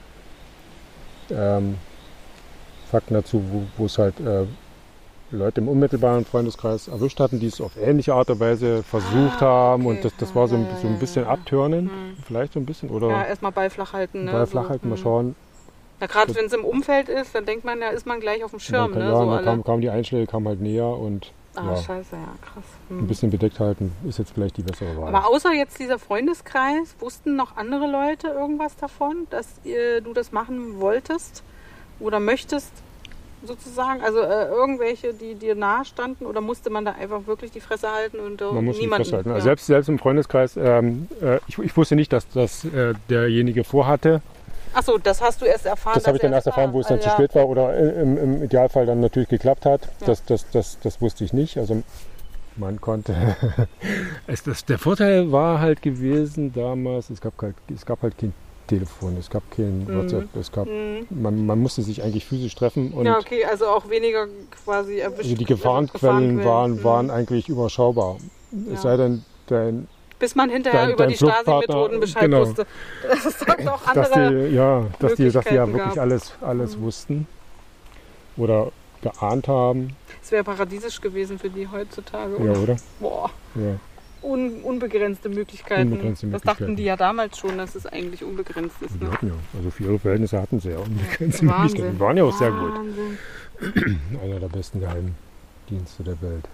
ähm, Fakten dazu, wo, wo es halt äh, Leute im unmittelbaren Freundeskreis erwischt hatten, die es auf ähnliche Art und Weise versucht Ah, haben. okay. Und das, das war so ein, so ein bisschen Mhm. abtörnen, Mhm. vielleicht so ein bisschen. Oder Ja, erstmal Ball flach halten. Ne? bei so. flach halten, mal Mhm. schauen. Ja, gerade wenn es im Umfeld ist, dann denkt man, ja, ist man gleich auf dem Schirm. Und dann, Ne? ja, So dann alle. kamen kam die Einschläge kamen halt näher und Ah, ja, scheiße, ja, krass. ein Mhm. bisschen bedeckt halten ist jetzt vielleicht die bessere Wahl. Aber außer jetzt dieser Freundeskreis, wussten noch andere Leute irgendwas davon, dass ihr, du das machen wolltest oder möchtest, sozusagen? Also äh, irgendwelche, die dir nahe standen, oder musste man da einfach wirklich die Fresse halten und äh, Man muss die niemanden? Fresse halten. Ja. Also selbst, selbst im Freundeskreis, ähm, äh, ich, ich wusste nicht, dass das äh, derjenige vorhatte. Achso, das hast du erst erfahren. Das habe ich dann erst erfahren, wo es dann ah, zu ja. spät war oder im, im Idealfall dann natürlich geklappt hat. Ja. Das, das, das, das wusste ich nicht. Also man konnte. es, das, der Vorteil war halt gewesen damals, es gab halt, es gab halt kein Telefon, es gab kein Mhm. WhatsApp, es gab, Mhm. man, man musste sich eigentlich physisch treffen und Ja, okay, also auch weniger quasi erwischt. also die Gefahrenquellen waren, Mhm. waren eigentlich überschaubar. Ja. Es sei denn, dein Bis man hinterher Dein- über dein die Stasi-Methoden Fluchtpartner, Bescheid genau. wusste. Das ist auch dass andere. die, ja, dass die, dass die ja Möglichkeiten wirklich gab. alles, alles Mhm. wussten oder geahnt haben. Es wäre paradiesisch gewesen für die heutzutage. Ja, oder? Boah, Ja. un, unbegrenzte Möglichkeiten. Unbegrenzte Das dachten Möglichkeiten. die ja damals schon, dass es eigentlich unbegrenzt ist. Die Ne? hatten ja, also für ihre Verhältnisse hatten sie ja unbegrenzte Wahnsinn. Möglichkeiten. Die waren ja auch sehr gut. Wahnsinn. Einer der besten Geheimdienste der Welt.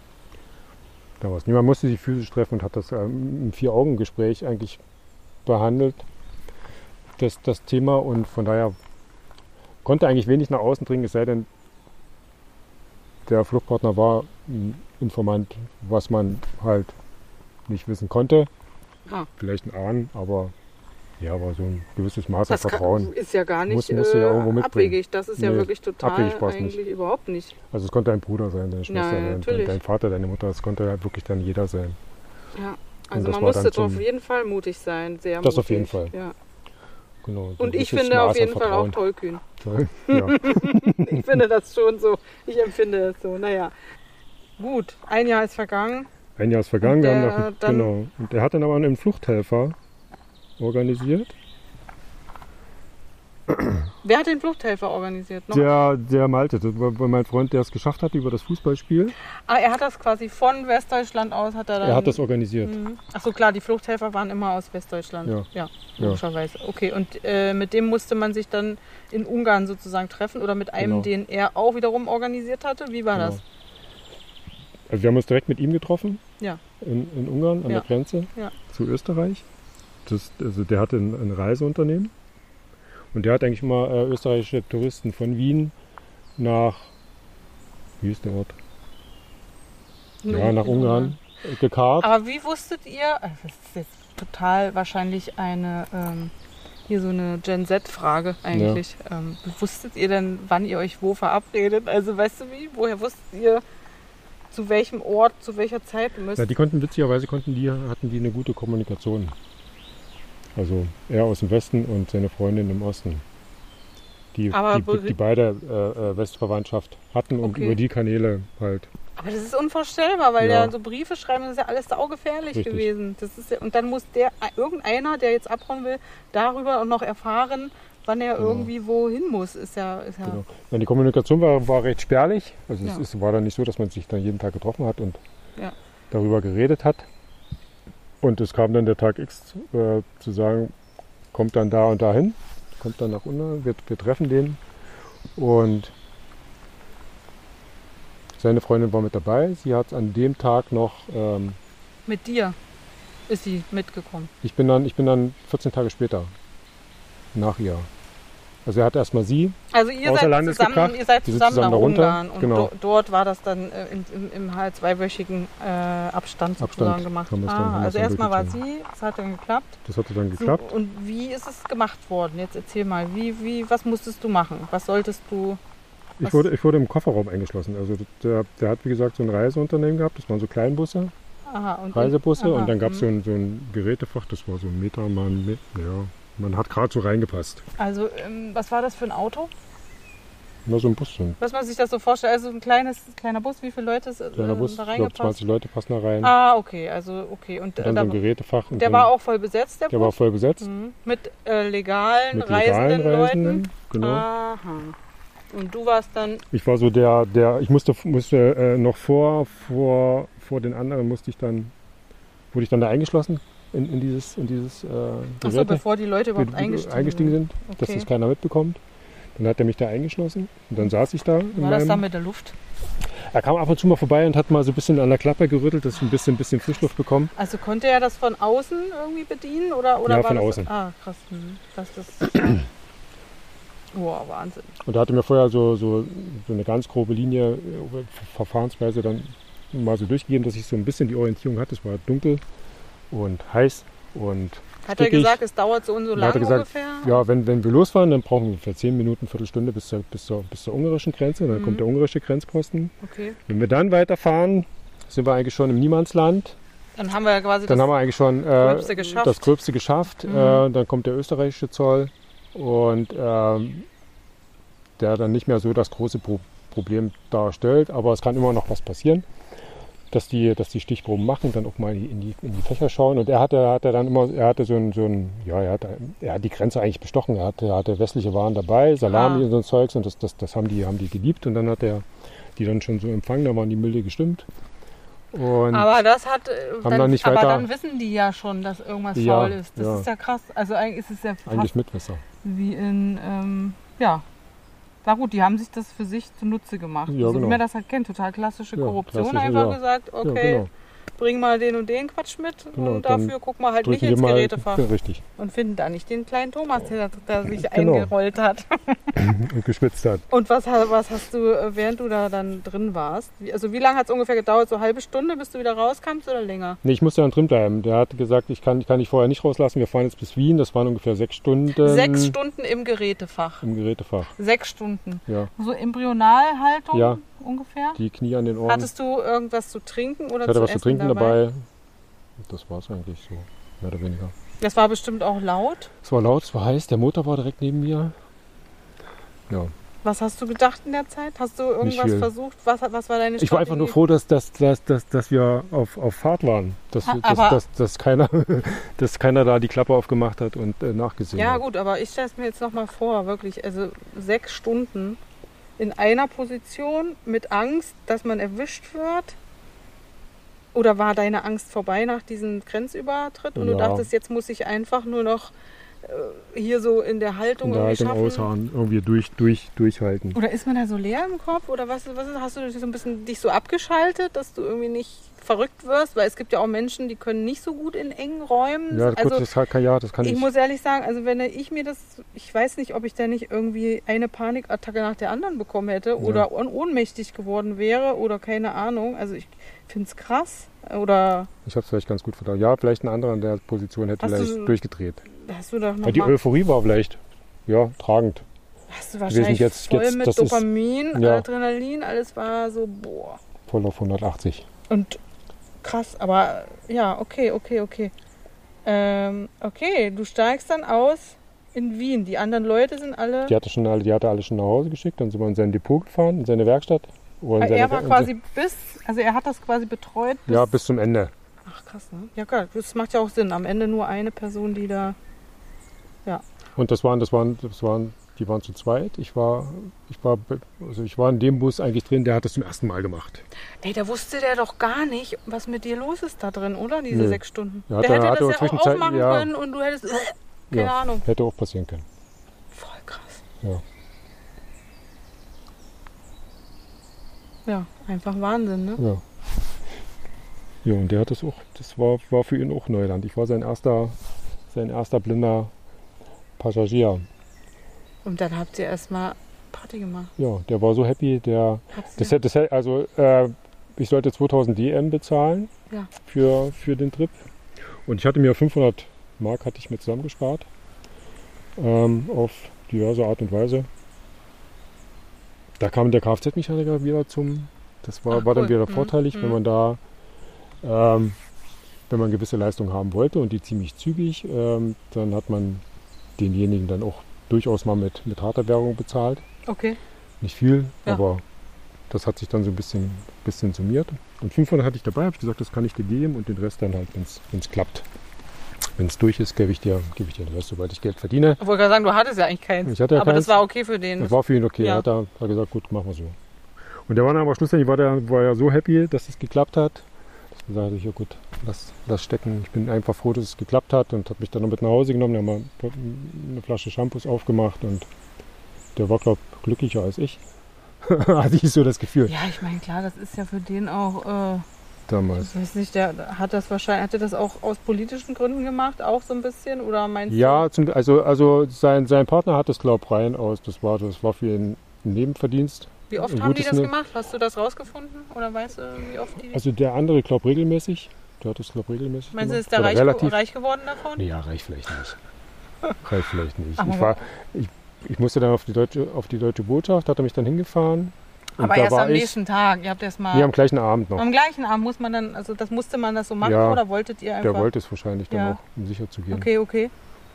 Damals. Niemand musste sich physisch treffen und hat das ähm, im Vier-Augen-Gespräch eigentlich behandelt, das, das Thema. Und von daher konnte eigentlich wenig nach außen dringen, es sei denn, der Fluchtpartner war ein Informant, was man halt nicht wissen konnte. Ah. Vielleicht ein Ahnen, aber ja, aber so ein gewisses Maß an Das kann, Vertrauen. ist ja gar nicht Muss- musst du ja irgendwo äh, mitbringen. abwegig. Das ist ja Nee, wirklich total abwegig war's eigentlich nicht. überhaupt nicht. Also es konnte dein Bruder sein, deine Schwester, Ja, dein, natürlich. dein Vater, deine Mutter, es konnte halt wirklich dann jeder sein. Ja. Also das man war musste dann doch auf zum- jeden Fall mutig sein. Sehr Das mutig. auf jeden Fall. Ja. Genau, so ein Und ich gewisses finde auf Maß an jeden Fall auch Vertrauen. tollkühn. Toll. Ja. Ich finde das schon so. Ich empfinde es so. Naja. Gut, ein Jahr ist vergangen. Ein Jahr ist vergangen, Und wir der haben noch, dann- genau. Und der hat dann aber einen Fluchthelfer organisiert. Wer hat den Fluchthelfer organisiert? Noch? Der, der Malte, das war war mein Freund, der es geschafft hat über das Fußballspiel. Ah, er hat das quasi von Westdeutschland aus, hat er dann... Er hat das organisiert. Mhm. Ach so, klar, die Fluchthelfer waren immer aus Westdeutschland. Ja. Ja, Ja. logischerweise. Okay, und äh, mit dem musste man sich dann in Ungarn sozusagen treffen oder mit einem, Genau. den er auch wiederum organisiert hatte? Wie war Genau. das? Also wir haben uns direkt mit ihm getroffen. Ja. In, in Ungarn an Ja. der Grenze Ja. zu Österreich. Das, also der hatte ein, ein Reiseunternehmen. Und der hat eigentlich immer äh, österreichische Touristen von Wien nach, wie ist der Ort? ja, nach Ungarn gekarrt. Aber wie wusstet ihr, also das ist jetzt total wahrscheinlich eine, ähm, hier so eine Gen Z-Frage eigentlich. Ja. Ähm, wusstet ihr denn, wann ihr euch wo verabredet? Also weißt du wie, woher wusstet ihr, zu welchem Ort, zu welcher Zeit müsst? Ja, die konnten, witzigerweise konnten die, hatten die eine gute Kommunikation. Also er aus dem Westen und seine Freundin im Osten. Die, die, die, die beide äh, Westverwandtschaft hatten und okay. über die Kanäle halt. Aber das ist unvorstellbar, weil ja so Briefe schreiben, das ist ja alles saugefährlich Richtig. gewesen. Das ist ja, und dann muss der, irgendeiner, der jetzt abhauen will, darüber auch noch erfahren, wann er genau. irgendwie wohin muss. Ist ja, ist ja genau. Ja, die Kommunikation war, war recht spärlich. Also ja. es ist, war dann nicht so, dass man sich dann jeden Tag getroffen hat und ja. darüber geredet hat. Und es kam dann der Tag X, äh, zu sagen, kommt dann da und dahin, kommt dann nach unten, wir, wir treffen den. Und seine Freundin war mit dabei. Sie hat an dem Tag noch... Ähm, mit dir ist sie mitgekommen? Ich bin dann, ich bin dann vierzehn Tage später nach ihr. Also er hat erstmal sie also ihr außer seid Landes zusammen, gebracht. Ihr seid zusammen, zusammen nach Ungarn und genau. do, dort war das dann äh, im, im, im halt zweiwöchigen äh, Abstand sozusagen Abstand gemacht. Dann, ah, also erstmal war sie, das hat dann geklappt. Das hatte dann geklappt. So, und wie ist es gemacht worden? Jetzt erzähl mal, wie, wie, was musstest du machen? Was solltest du... Ich wurde, ich wurde im Kofferraum eingeschlossen. Also der, der hat wie gesagt so ein Reiseunternehmen gehabt, das waren so Kleinbusse, aha, und Reisebusse aha, und dann gab es so, ein, so ein Gerätefach, das war so ein Meter, man, ja, man hat gerade so reingepasst. Also ähm, was war das für ein Auto? Na, so ein Bus. So. Was man sich das so vorstellt, also ein kleines, kleiner Bus, wie viele Leute äh, Kleiner Bus, da reingepasst? Ich glaube zwanzig Leute passen da rein. Ah, okay, also okay. Und, und dann da, so ein Gerätefach. Und der war auch voll besetzt, der, der Bus? Der war voll besetzt. Mhm. Mit äh, legalen, Mit reisenden, legalen Reisenden, Leuten? Genau. Aha. Und du warst dann... Ich war so der, der ich musste, musste äh, noch vor, vor, vor den anderen musste ich dann, wurde ich dann da eingeschlossen in, in dieses, in dieses äh, Gerät. Achso, bevor die Leute überhaupt eingestiegen, eingestiegen sind, okay. dass das keiner mitbekommt. Dann hat er mich da eingeschlossen und dann saß ich da. War das dann mit der Luft? Er kam ab und zu mal vorbei und hat mal so ein bisschen an der Klappe gerüttelt, dass ich ein bisschen, bisschen Frischluft bekomme. Also konnte er das von außen irgendwie bedienen? Oder, oder ja, war von das, außen. Ah, krass. Das, das, boah, Wahnsinn. Und da hatte mir vorher so, so, so eine ganz grobe Linie, Verfahrensweise dann mal so durchgegeben, dass ich so ein bisschen die Orientierung hatte. Es war dunkel und heiß und Hat er gesagt, es dauert so und so lange gesagt, ungefähr? Ja, wenn, wenn wir losfahren, dann brauchen wir ungefähr zehn Minuten, Viertelstunde bis zur, bis zur, bis zur ungarischen Grenze. Dann mhm. kommt der ungarische Grenzposten. Okay. Wenn wir dann weiterfahren, sind wir eigentlich schon im Niemandsland. Dann haben wir ja quasi dann das, haben wir eigentlich schon, äh, Gröbste geschafft. das Gröbste geschafft. Mhm. Äh, dann kommt der österreichische Zoll und ähm, der dann nicht mehr so das große Pro- Problem darstellt. Aber es kann immer noch was passieren. Dass die, dass die Stichproben machen, dann auch mal in die, in die Fächer schauen. Und er hatte, hatte dann immer, er hatte so ein, so ein ja, er, hatte, er hat die Grenze eigentlich bestochen. Er hatte, er hatte westliche Waren dabei, Salami ah. und so ein Zeugs, und das, das, das haben, die, haben die geliebt. Und dann hat er die dann schon so empfangen, da waren die milde gestimmt. Und aber das hat, haben dann, dann nicht aber weiter, dann wissen die ja schon, dass irgendwas ja, faul ist. Das ja. ist ja krass. Also eigentlich ist es ja fast eigentlich Mitwisser. Wie in, ähm, ja. Na gut, die haben sich das für sich zunutze gemacht. Ja, so genau. wie man das halt kennt, total klassische Ja, Korruption. klassische, Einfach ja. gesagt, okay, Ja, genau. bring mal den und den Quatsch mit Genau, und dafür guck mal halt nicht drücken ins wir mal- Gerätefach. Ja, richtig. Und finden da nicht den kleinen Thomas, der, der sich Genau. eingerollt hat. Und geschwitzt hat. Und was, ha- was hast du, äh, während du da dann drin warst? Wie, also wie lange hat es ungefähr gedauert? So eine halbe Stunde, bis du wieder rauskamst oder länger? Nee, ich musste dann drin bleiben. Der hat gesagt, ich kann, ich kann dich vorher nicht rauslassen. Wir fahren jetzt bis Wien. Das waren ungefähr sechs Stunden. Sechs Stunden im Gerätefach. Im Gerätefach. Sechs Stunden. Ja. So Embryonalhaltung Ja. ungefähr? Die Knie an den Ohren. Hattest du irgendwas zu trinken oder ich hatte zu was essen zu trinken dabei? dabei. Das war es eigentlich so, mehr oder weniger. Das war bestimmt auch laut. Es war laut, es war heiß. Der Motor war direkt neben mir. Ja. Was hast du gedacht in der Zeit? Hast du irgendwas viel. versucht? Was, was war deine Strategie? Ich war einfach nur froh, dass, dass, dass, dass, dass wir auf, auf Fahrt waren. Dass, Ha, dass, aber- dass, dass, keiner, dass keiner da die Klappe aufgemacht hat und äh, nachgesehen Ja hat. gut, aber ich stelle es mir jetzt nochmal vor, wirklich, also sechs Stunden in einer Position mit Angst, dass man erwischt wird. Oder war deine Angst vorbei nach diesem Grenzübertritt und du Ja. dachtest, jetzt muss ich einfach nur noch äh, hier so in der Haltung in der irgendwie Haltung schaffen? ausharren, irgendwie durch, durch, durchhalten. Oder ist man da so leer im Kopf? Oder was, was ist, hast du dich so ein bisschen dich so abgeschaltet, dass du irgendwie nicht verrückt wirst? Weil es gibt ja auch Menschen, die können nicht so gut in engen Räumen. Ja, also, gut, das kann, ja, das kann ich ich. muss ehrlich sagen, also wenn ich mir das, ich weiß nicht, ob ich da nicht irgendwie eine Panikattacke nach der anderen bekommen hätte oder Ja. ohnmächtig geworden wäre oder keine Ahnung. Also ich finde es krass. Oder Ich habe es vielleicht ganz gut verdaut. Ja, vielleicht ein anderer in der Position hätte Hast vielleicht du- durchgedreht. hast du doch noch Ja, die mal, Euphorie war vielleicht, ja, tragend. hast du wahrscheinlich jetzt- voll jetzt- mit das ist- Dopamin, ja. Adrenalin, alles war so, boah. Voll auf hundertachtzig. Und krass, aber ja, okay, okay, okay. Ähm, okay, du steigst dann aus in Wien. Die anderen Leute sind alle. Die hatte, schon alle, die hatte alle schon nach Hause geschickt, dann sind wir in sein Depot gefahren, in seine Werkstatt. Oder in er seine, war in quasi bis, also er hat das quasi betreut. Bis, Ja, bis zum Ende. Ach krass, ne? Ja klar, das macht ja auch Sinn. Am Ende nur eine Person, die da. Und das waren, das waren, das waren, die waren zu zweit. Ich war, ich war, also ich war in dem Bus eigentlich drin, der hat das zum ersten Mal gemacht. Ey, da wusste der doch gar nicht, was mit dir los ist da drin, oder? Diese Nö. sechs Stunden. Ja, der der hätte hatte das auch ja auch Zwischenzeit- aufmachen ja. können und du hättest. Keine Ja. Ahnung. Hätte auch passieren können. Voll krass. Ja. Ja, einfach Wahnsinn, ne? Ja. Ja, und der hat das auch, das war, war für ihn auch Neuland. Ich war sein erster, sein erster blinder Passagier. Und dann habt ihr erstmal Party gemacht. Ja, der war so happy, der, Hat's das ja- hätte, das hätte, also, äh, ich sollte zweitausend D M bezahlen Ja. für, für den Trip. Und ich hatte mir fünfhundert Mark hatte ich mir zusammengespart. Ähm, auf diverse Art und Weise. Da kam der Kfz-Mechaniker wieder zum, das war, Ach, war dann cool. wieder Mhm. vorteilig, Mhm. wenn man da, ähm, wenn man gewisse Leistung haben wollte und die ziemlich zügig, ähm, dann hat man denjenigen dann auch durchaus mal mit, mit harter Währung bezahlt. Okay. Nicht viel, Ja. aber das hat sich dann so ein bisschen, bisschen summiert. Und fünfhundert hatte ich dabei, habe ich gesagt, das kann ich dir geben und den Rest dann halt, wenn es klappt. Wenn es durch ist, gebe ich dir, gebe ich dir den Rest, sobald ich Geld verdiene. Ich wollte gerade sagen, du hattest ja eigentlich keins. Ich hatte ja aber keins. das war okay für den. Das war für ihn okay. Ja. Er hat, da, hat gesagt, gut, machen wir so. Und der war dann aber schlussendlich war der war ja so happy, dass es geklappt hat. Dass er gesagt hat, ja gut, lass, lass stecken. Ich bin einfach froh, dass es geklappt hat und hat mich dann noch mit nach Hause genommen. Wir haben mal eine Flasche Shampoos aufgemacht und der war, glaube ich, glücklicher als ich. Hatte ich so das Gefühl Ja, ich meine, klar, das ist ja für den auch, äh, damals. ich weiß nicht, der hat das wahrscheinlich, hat er das auch aus politischen Gründen gemacht, auch so ein bisschen? Oder meinst Ja, zum, also, also sein, sein Partner hat das, glaube ich, rein aus. Das war, das war für ihn ein Nebenverdienst. du, wie oft ein haben die gutes das Ne- gemacht? Hast du das rausgefunden? Oder weißt du, wie oft die... Also der andere, glaube ich, regelmäßig. Der hat das, glaube ich, regelmäßig meinst du, gemacht. ist der Oder reich, relativ. reich geworden davon? Ja, reicht vielleicht nicht. reicht vielleicht nicht. Aber- Ich, war, ich, ich musste dann auf die deutsche, auf die deutsche Botschaft, hat er mich dann hingefahren. Und Aber da erst war am ich, nächsten Tag. Ihr habt erst mal... Nee, am gleichen Abend noch. am gleichen Abend muss man dann, also das musste man das so machen Ja, oder wolltet ihr einfach... Der wollte es wahrscheinlich dann Ja. auch, um sicher zu gehen. Okay, okay.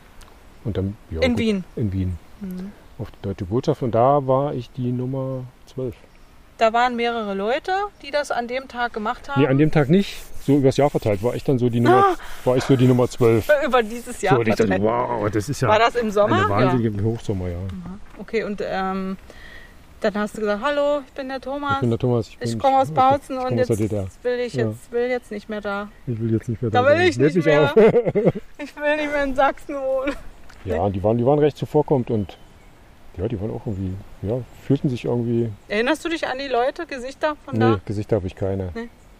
Und dann, ja, In gut, Wien. In Wien. Mhm. Auf die deutsche Botschaft. Und da war ich die Nummer zwölf. Da waren mehrere Leute, die das an dem Tag gemacht haben. Nee, an dem Tag nicht. So übers Jahr verteilt war ich dann so die Nummer, war ich so die Nummer zwölf. Über dieses Jahr. So, und ich dachte, verteilt. wow, das ist ja War das im Sommer? eine wahnsinnige Hochsommer, ja. Ja. Okay, und ähm, dann hast du gesagt, hallo, ich bin der Thomas. Ich bin der Thomas. Ich, bin- Ich komme aus ich- Bautzen ich und komme aus jetzt der D D R. will ich Ja. jetzt will jetzt nicht mehr da. Ich will jetzt nicht mehr Da sein. will ich Löse nicht mehr. auf. Ich will nicht mehr in Sachsen wohnen. Ja, die waren, die waren recht zuvorkommend und ja, die waren auch irgendwie, ja, fühlten sich irgendwie. Erinnerst du dich an die Leute, Gesichter von Nee, da? Gesichter habe ich keine.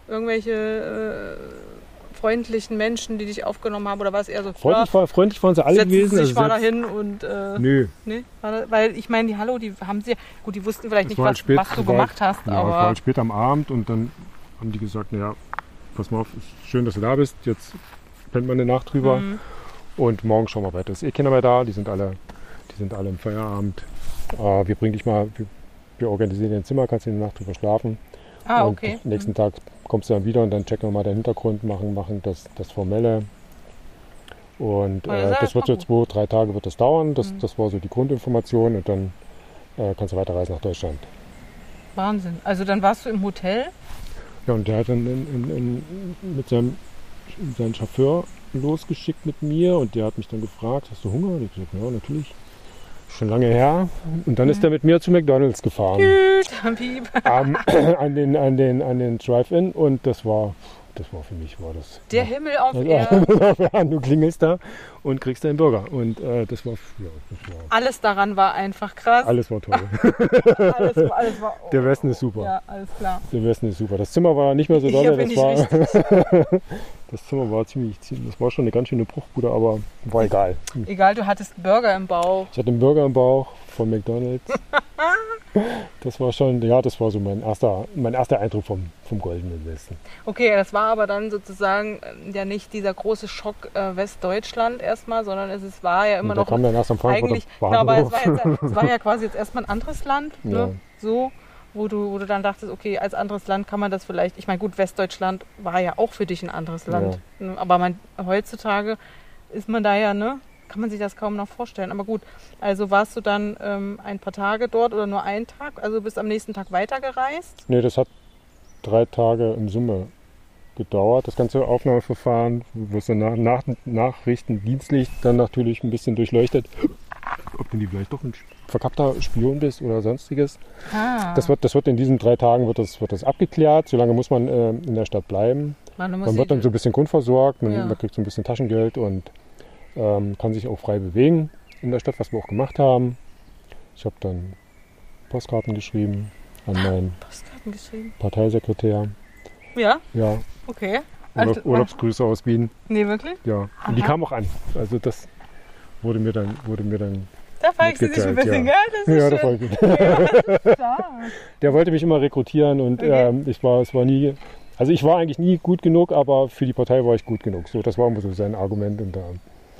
Irgendwelche äh, freundlichen Menschen, die dich aufgenommen haben? Oder war es eher so, Freundlich, war, freundlich waren sie alle setzen Sie gewesen. sich mal selbst- dahin und... Äh, Nö, nee, war das, weil ich meine, die Hallo, die haben sie... Gut, die wussten vielleicht Es nicht, war halt was, spät, was du es war gemacht halt- hast, ja, es war aber... halt spät am Abend und dann haben die gesagt, naja, pass mal auf, ist schön, dass du da bist. Jetzt pennt man eine Nacht drüber Mhm. und morgen schauen wir weiter. Es ist eh keiner mehr da, die sind alle, die sind alle im Feierabend. Äh, wir bringen dich mal, wir, wir organisieren dir ein Zimmer, kannst du eine Nacht drüber schlafen. Ah, und okay. nächsten Tag kommst du dann wieder und dann checken wir mal den Hintergrund, machen, machen das, das Formelle. Und Oh, das ist äh, ja das wird so gut. zwei, drei Tage wird das dauern. Das, Mhm. das war so die Grundinformation und dann äh, kannst du weiterreisen nach Deutschland. Wahnsinn. Also dann warst du im Hotel? Ja, und der hat dann in, in, in, mit seinem, seinen Chauffeur losgeschickt mit mir und der hat mich dann gefragt, hast du Hunger? Und ich gesagt, ja, natürlich. Schon lange her. Und dann ist er mit mir zu McDonalds gefahren. Tüt, piep. am, an den, an den, an den Drive-In und das war, das war für mich, war das... Der ja. Himmel auf Also, Erden. du klingelst da und kriegst deinen Burger. Und äh, das, war, ja, das war... Alles daran war einfach krass. Alles war toll. alles, war- alles war, oh, Der Westen ist super. Ja, alles klar. Der Westen ist super. Das Zimmer war nicht mehr so doll. Hier bin Das, ich war, das Zimmer war ziemlich, ziemlich, das war schon eine ganz schöne Bruchbude, aber war egal. Egal, du hattest einen Burger im Bauch. Ich hatte einen Burger im Bauch von McDonald's. Das war schon, ja, das war so mein erster, mein erster Eindruck vom, vom Goldenen Westen. Okay, das war aber dann sozusagen äh, ja nicht dieser große Schock äh, Westdeutschland erstmal, sondern es, es war ja immer Und da noch kam dann erst am Frankfurter eigentlich, genau, aber es Bahnhof. war, jetzt, es war ja quasi jetzt erstmal ein anderes Land, ne? Ja. So, wo du, wo du dann dachtest, okay, als anderes Land kann man das vielleicht, ich meine gut, Westdeutschland war ja auch für dich ein anderes Land, ne? Aber man, heutzutage ist man da ja, ne, kann man sich das kaum noch vorstellen. Aber gut, also warst du dann ähm, ein paar Tage dort oder nur einen Tag, also bist am nächsten Tag weitergereist? Nee, das hat drei Tage in Summe gedauert, das ganze Aufnahmeverfahren, wo es dann nach, nach, nachrichtendienstlich dann natürlich ein bisschen durchleuchtet, ob du vielleicht doch ein verkappter Spion bist oder sonstiges. Ah. Das wird, das wird in diesen drei Tagen wird das, wird das abgeklärt. So lange muss man äh, in der Stadt bleiben. Man, Man wird dann so ein bisschen grundversorgt, man, Ja. man kriegt so ein bisschen Taschengeld und ähm, kann sich auch frei bewegen in der Stadt, was wir auch gemacht haben. Ich habe dann Postkarten geschrieben an meinen Postkarten geschrieben. Parteisekretär. Ja, Ja, okay. Urlaub, Also, Urlaubsgrüße aus Wien. nee, wirklich? Ja, und die Aha. kamen auch an. Also das wurde mir dann, wurde mir dann Da fragt sie sich ein bisschen, ja. gell? Das ist ja, das schön. war gut. Ja, stark. Der wollte mich immer rekrutieren und Okay. ähm, ich war, es war nie, also ich war eigentlich nie gut genug, aber für die Partei war ich gut genug. So, das war immer so sein Argument und da,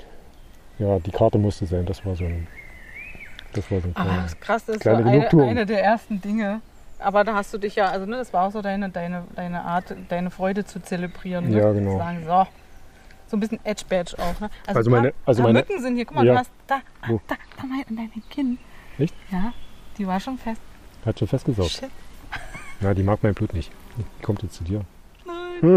ja, die Karte musste sein. Das war so ein, das war so ein Ah, kleiner, das ist krass, das kleine war eine, Genugtuung. eine der ersten Dinge. Aber da hast du dich ja, also ne, das war auch so deine, deine, deine Art, deine Freude zu zelebrieren. Ne? Ja, genau. Zu sagen, so, so ein bisschen Edge-Badge auch. Ne? Also meine- ein paar- also paar meine- Mücken sind hier, guck mal, Ja. du hast da, Wo? da, da mal in deinem Kinn. Echt? Ja, die war schon fest. Hat schon festgesaugt. Shit. Ja, die mag mein Blut nicht. Die kommt jetzt zu dir. Nein.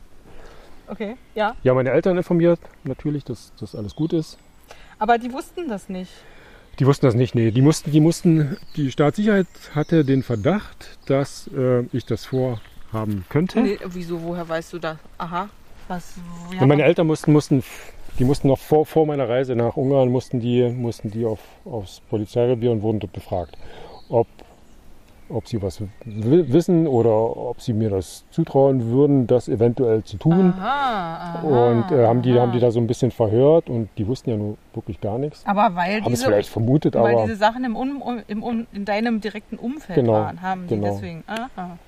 Okay, ja. Ja, meine Eltern informiert natürlich, dass das alles gut ist. Aber die wussten das nicht. Die wussten das nicht, nee. Die mussten, die mussten, die Staatssicherheit hatte den Verdacht, dass äh, ich das vorhaben könnte. Nee, wieso, woher weißt du das? Aha. Was? wie Und hat meine man- Eltern mussten, mussten, die mussten noch vor, vor meiner Reise nach Ungarn, mussten die, mussten die auf, aufs Polizeirevier und wurden dort befragt, ob, ob sie was wi- wissen oder ob sie mir das zutrauen würden, das eventuell zu tun. Aha, aha, Und äh, haben, die, aha. haben die da so ein bisschen verhört und die wussten ja nur wirklich gar nichts. Aber weil Haben es diese, vielleicht vermutet, weil aber diese Sachen im, um, um, im um, in deinem direkten Umfeld Genau, waren, haben die genau. deswegen. Aha.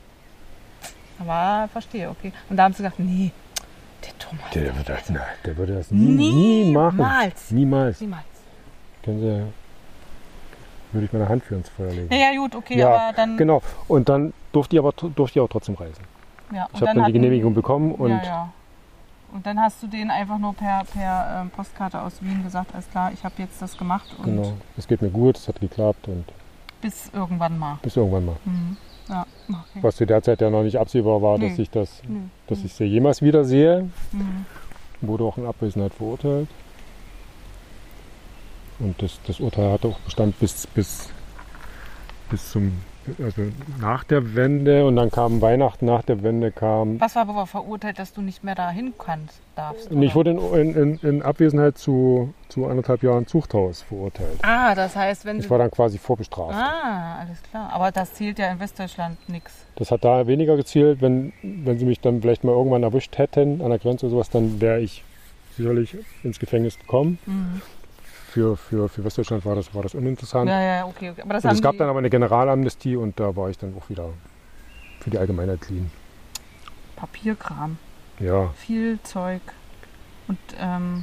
Aber verstehe, okay. Und da haben sie gesagt, nee, der Thomas. der, der, würde das, nein, der würde das nie, nie machen. Niemals. Niemals. Niemals. Können Sie, würde ich meine Hand für ins Feuer legen. Ja, ja, gut, okay, Ja, aber dann. Genau. Und dann durfte ich aber durfte ich auch trotzdem reisen. Ja, und Ich habe dann die hatten- Genehmigung bekommen und ja, ja. Und dann hast du denen einfach nur per, per ähm, Postkarte aus Wien gesagt, alles klar, ich habe jetzt das gemacht und genau, es geht mir gut, es hat geklappt und bis irgendwann mal. bis irgendwann mal. Mhm. Ja, okay. Was zu der Zeit ja noch nicht absehbar war, dass Nee. ich das, Nö. dass ich sie jemals wieder sehe. Mhm. Wurde auch in Abwesenheit verurteilt. Und das, das Urteil hatte auch Bestand bis, bis, bis zum, also nach der Wende und dann kam Weihnachten nach der Wende kam. Was war aber verurteilt, dass du nicht mehr dahin kannst, darfst? Und ich oder? wurde in, in, in Abwesenheit zu, zu anderthalb Jahren Zuchthaus verurteilt. Ah, das heißt, wenn Ich du. war dann quasi vorbestraft. Ah, alles klar. Aber das zählt ja in Westdeutschland nichts. Das hat da weniger gezielt. Wenn, wenn sie mich dann vielleicht mal irgendwann erwischt hätten an der Grenze oder sowas, dann wäre ich sicherlich ins Gefängnis gekommen. Mhm. Für, für, für Westdeutschland war das, war das uninteressant. Ja, ja, okay. okay. Aber das Und haben es gab die dann aber eine Generalamnestie und da war ich dann auch wieder für die Allgemeinheit clean. Papierkram, Ja, viel Zeug. Und ähm,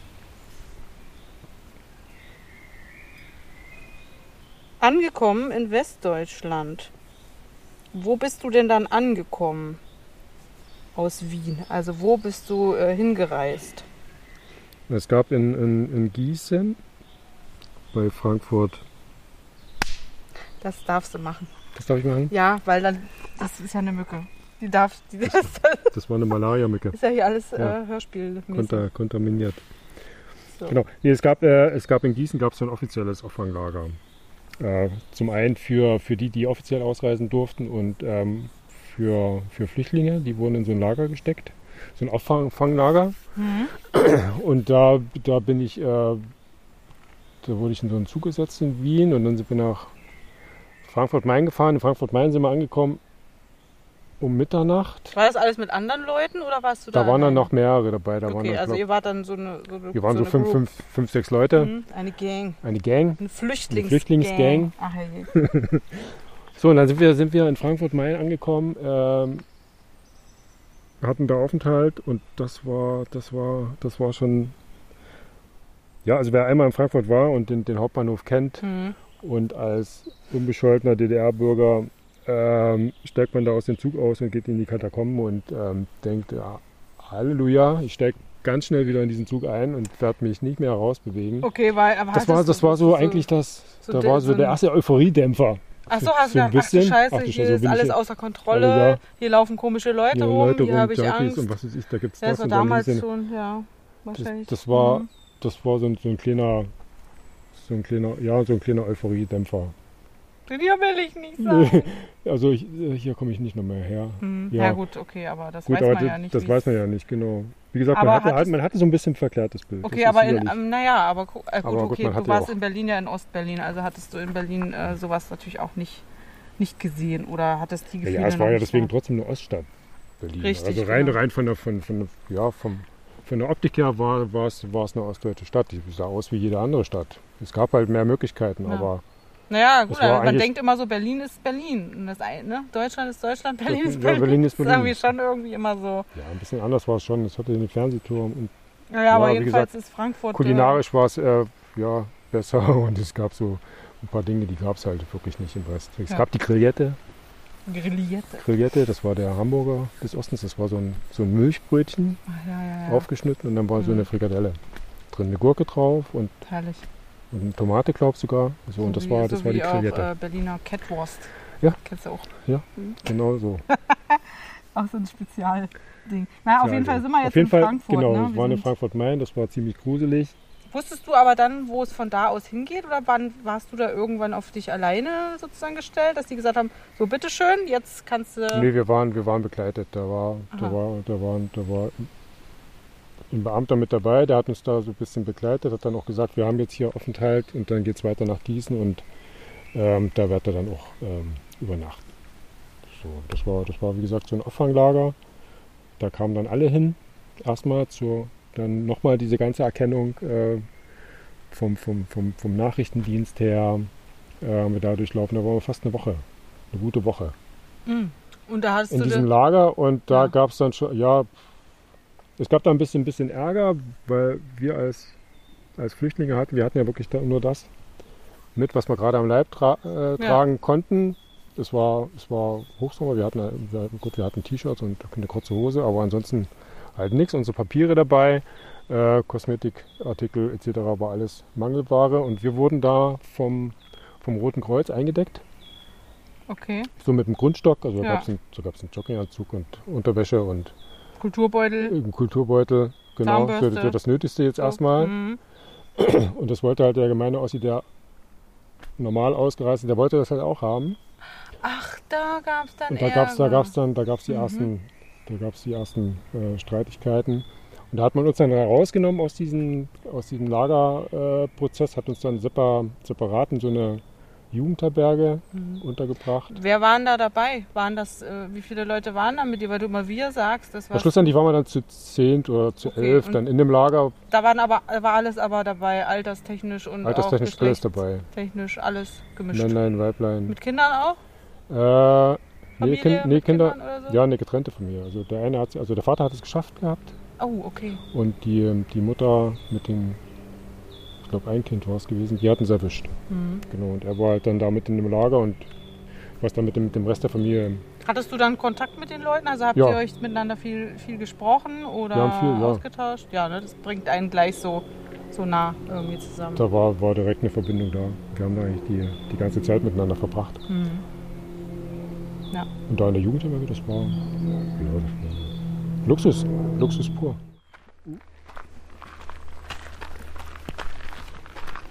angekommen in Westdeutschland. Wo bist du denn dann angekommen? Aus Wien. Also wo bist du äh, hingereist? es gab in, in, in Gießen bei Frankfurt, Das darfst du machen. das darf ich machen? Ja, weil dann, das ist ja eine Mücke. Die darf, die, das Das war eine Malaria-Mücke, ist ja hier alles Ja. äh, Hörspielmäßig. konta, kontaminiert. So. Genau. Nee, es, gab, äh, es gab in Gießen gab es so ein offizielles Auffanglager. Äh, zum einen für, für die, die offiziell ausreisen durften und ähm, für, für Flüchtlinge. Die wurden in so ein Lager gesteckt, so ein Auffanglager. Mhm. Und da, da bin ich, äh, da wurde ich in so einen Zug gesetzt in Wien und dann sind wir nach Frankfurt-Main gefahren. In Frankfurt-Main sind wir angekommen um Mitternacht. War das alles mit anderen Leuten oder warst du da? Da waren dann allein? noch mehrere dabei. Da Okay, waren dann, also glaub, ihr wart dann so eine. So eine wir waren so, eine fünf, Group. fünf, fünf, sechs Leute. Mhm. Eine Gang. Eine Gang. Eine Flüchtlings Eine Flüchtlingsgang. Ach, hey. So, und dann sind wir, sind wir in Frankfurt-Main angekommen, ähm, hatten da Aufenthalt und das war, das war, das war schon, ja, also wer einmal in Frankfurt war und den, den Hauptbahnhof kennt Mhm. und als unbescholtener D D R-Bürger ähm, steigt man da aus dem Zug aus und geht in die Katakomben und ähm, denkt, ja, Halleluja, ich steige ganz schnell wieder in diesen Zug ein und werde mich nicht mehr rausbewegen. Okay, weil, aber Das war, hattest das du war so eigentlich das, so da de- war so so der ein- erste Euphoriedämpfer. Ach so, hast so du ein gedacht, ach du bisschen. Scheiße, Ach du hier Scheiße, ist bin ich alles hier- außer Kontrolle, Also ja. hier laufen komische Leute Ja, rum, Leute hier rum, habe ich Junkies Angst. und was weiß ich, da gibt's Ja, das das war und dann damals diese- schon, ja, Das, wahrscheinlich. das war, Mhm. das war so ein, so ein kleiner, so ein kleiner, ja, so ein kleiner Euphoriedämpfer. Den hier will ich nicht sagen. Also ich, hier komme ich nicht noch mehr her. Hm. Ja. Ja. gut, okay, aber das Gut, weiß aber man das, ja nicht. das wie's- weiß man ja nicht, genau. Wie gesagt, man Aber hatte, hattest- man hatte so ein bisschen verklärtes Bild. Okay, das aber ist in, sicherlich- ähm, naja, aber gu- äh, gut, Aber gut, okay, man du hat ja warst auch- in Berlin ja in Ostberlin, also hattest du in Berlin äh, sowas natürlich auch nicht, nicht gesehen oder hattest die ja, Gefühle ja, es war noch ja nicht deswegen so. trotzdem eine Oststadt, Berlin. Richtig, also rein, genau. rein von der, von, von, der- ja, vom, von der Optik her war, war, es, war es eine ostdeutsche Stadt. Die sah aus wie jede andere Stadt. Es gab halt mehr Möglichkeiten, Ja. aber Naja, gut, Das war aber man eigentlich- denkt immer so, Berlin ist Berlin. Und das, ein- ne? Deutschland ist Deutschland, Berlin Ja, ist Berlin. Berlin ist Das Berlin. irgendwie schon irgendwie immer so. ja, ein bisschen anders war es schon. Es hatte den Fernsehturm und Naja, aber wie jedenfalls gesagt, ist Frankfurt. kulinarisch war es äh, ja, besser und es gab so ein paar Dinge, die gab es halt wirklich nicht im Rest. Es Ja. gab die Grillette. Äh, Grillierte. Grillette, das war der Hamburger des Ostens. Das war so ein, so ein Milchbrötchen Ach, ja, ja, ja. aufgeschnitten und dann war so Mhm. eine Frikadelle. Drin eine Gurke drauf und, Herrlich. und eine Tomate, glaub ich sogar. So, und das wie, war, so das war die wie auch, Grillette. äh, Berliner Catwurst. Ja. Kennst du auch. Genau so. Auch so ein Spezialding. Na, auf Ja, jeden Fall also sind wir jetzt auf jeden in Fall, Frankfurt. Genau, ne? es Wir war in sind- Frankfurt-Main, das war ziemlich gruselig. Wusstest du aber dann, wo es von da aus hingeht oder wann warst du da irgendwann auf dich alleine sozusagen gestellt, dass die gesagt haben, so bitteschön, jetzt kannst du... Nee, wir waren, wir waren begleitet. Da war, da Aha. war, da war, da war ein Beamter mit dabei, der hat uns da so ein bisschen begleitet, hat dann auch gesagt, wir haben jetzt hier Aufenthalt und dann geht es weiter nach Gießen und ähm, da wird er dann auch ähm, übernachten. So, das war, das war wie gesagt so ein Auffanglager. Da kamen dann alle hin, erstmal zur, dann nochmal diese ganze Erkennung äh, vom, vom, vom, vom Nachrichtendienst her, äh, haben wir da durchlaufen. Da waren wir fast eine Woche, eine gute Woche Mhm. Und da hast in du... diesem de- Lager und da Ja. gab es dann schon, ja, es gab da ein bisschen, bisschen Ärger, weil wir als, als Flüchtlinge hatten, wir hatten ja wirklich da nur das mit, was wir gerade am Leib tra äh, tragen konnten. Es war, es war Hochsommer, wir hatten, äh, wir, gut, wir hatten T-Shirts und eine kurze Hose, aber ansonsten halt nichts. Unsere Papiere dabei, äh, Kosmetikartikel et cetera war alles Mangelware und wir wurden da vom, vom Roten Kreuz eingedeckt. Okay. So mit dem Grundstock, also da Ja. gab es einen, so gab's einen Jogginganzug und Unterwäsche und Kulturbeutel. einen Kulturbeutel, genau, für, Zahnbürste. für das Nötigste jetzt So. erstmal. Mhm. Und das wollte halt der gemeine Ossi, der normal ausgereist ist, der wollte das halt auch haben. Ach, da gab es dann Und da gab es da Ärger. gab's dann, da gab's die Mhm. ersten, da gab's die ersten äh, Streitigkeiten. Und da hat man uns dann rausgenommen aus, diesen, aus diesem Lagerprozess, äh, Prozess, hat uns dann separ, separat in so eine Jugendherberge Mhm. untergebracht. Wer waren da dabei? Waren das, äh, wie viele Leute waren da mit dir? Weil du immer wir sagst, das war... Aber schlussendlich waren wir dann zu zehn oder zu Okay, elf und- dann in dem Lager, Da waren aber, war alles aber dabei, alterstechnisch und alterstechnisch auch alles dabei. technisch alles gemischt. Männlein, Weiblein. Mit Kindern auch? Äh, nee, Familie kind, nee mit Kinder, Kindern oder so? ja, eine getrennte Familie. Also der eine hat, also der Vater hat es geschafft gehabt Oh, okay. und die, die Mutter mit dem, ich glaube ein Kind war es gewesen, die hatten es erwischt. Mhm. Genau, und er war halt dann da mit in dem Lager und was dann mit dem, mit dem Rest der Familie. Hattest du dann Kontakt mit den Leuten? Also habt Ja. ihr euch miteinander viel, viel gesprochen oder Wir haben viel, ja. ausgetauscht? Ja, ne? Das bringt einen gleich so, so nah irgendwie zusammen. Da war, war direkt eine Verbindung da. Wir haben da eigentlich die, die ganze Zeit miteinander verbracht. Mhm. Ja. Und da in der Jugendherberge, das war, ja, das war Luxus, Luxus pur.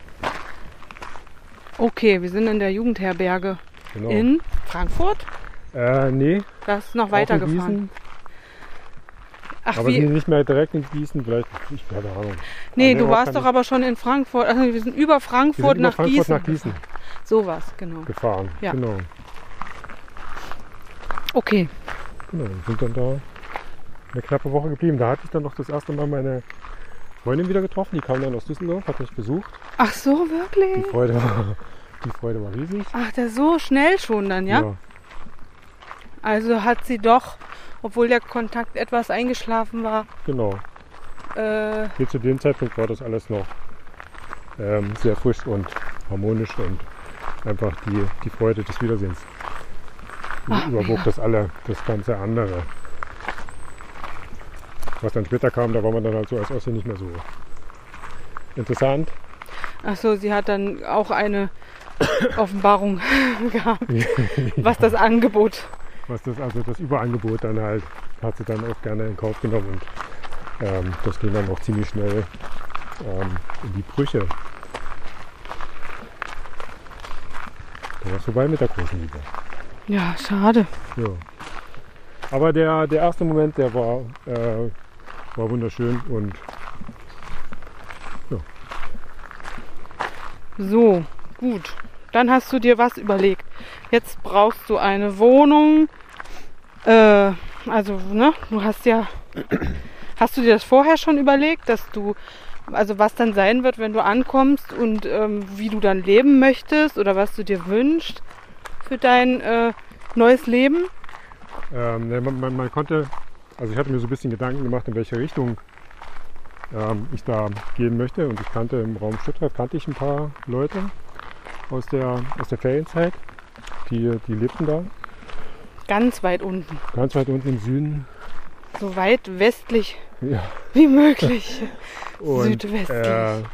Okay, wir sind in der Jugendherberge Genau. in Frankfurt. Äh, nee. Da ist noch auch weitergefahren. in Gießen, Ach, aber wie? nicht mehr direkt in Gießen, vielleicht, ich keine Ahnung. Nee, Aber du nee, warst kann doch ich- aber schon in Frankfurt. Also wir sind über Wir Frankfurt, sind über nach, Frankfurt Gießen nach Gießen Sowas, genau. gefahren. Ja. Genau. Okay. Genau, wir sind dann da eine knappe Woche geblieben. Da hatte ich dann noch das erste Mal meine Freundin wieder getroffen. Die kam dann aus Düsseldorf, hat mich besucht. Ach so, Die wirklich? Freude war, die Freude war riesig. Ach, das so schnell schon dann, ja? Also hat sie doch, obwohl der Kontakt etwas eingeschlafen war, Genau. äh, Hier zu dem Zeitpunkt war das alles noch ähm, sehr frisch und harmonisch und einfach die, die Freude des Wiedersehens Ach, überwog mega. das alle, das ganze andere. Was dann später kam, da war man dann halt so als Ossi nicht mehr so interessant. ach so, sie hat dann auch eine Offenbarung gehabt, was das Angebot. Was das, also das Überangebot dann halt, hat sie dann auch gerne in Kauf genommen und ähm, das ging dann auch ziemlich schnell ähm, in die Brüche. Da war es vorbei mit der großen Liebe. Ja, schade. Ja. Aber der, der erste Moment, der war, äh, war wunderschön und So, gut. Dann hast du dir was überlegt. Jetzt brauchst du eine Wohnung. Äh, also, ne, du hast ja. Hast du dir das vorher schon überlegt, dass du. Also, was dann sein wird, wenn du ankommst und ähm, wie du dann leben möchtest oder was du dir wünschst für dein äh, neues Leben? ähm, ne, man, man, man konnte, also ich hatte mir so ein bisschen Gedanken gemacht, in welche Richtung ähm, ich da gehen möchte. Und ich kannte im Raum Stuttgart, kannte ich ein paar Leute aus der, aus der Ferienzeit, die, die lebten da, Ganz weit unten. ganz weit unten im Süden. So weit westlich Ja. wie möglich. Und, Südwestlich. Äh,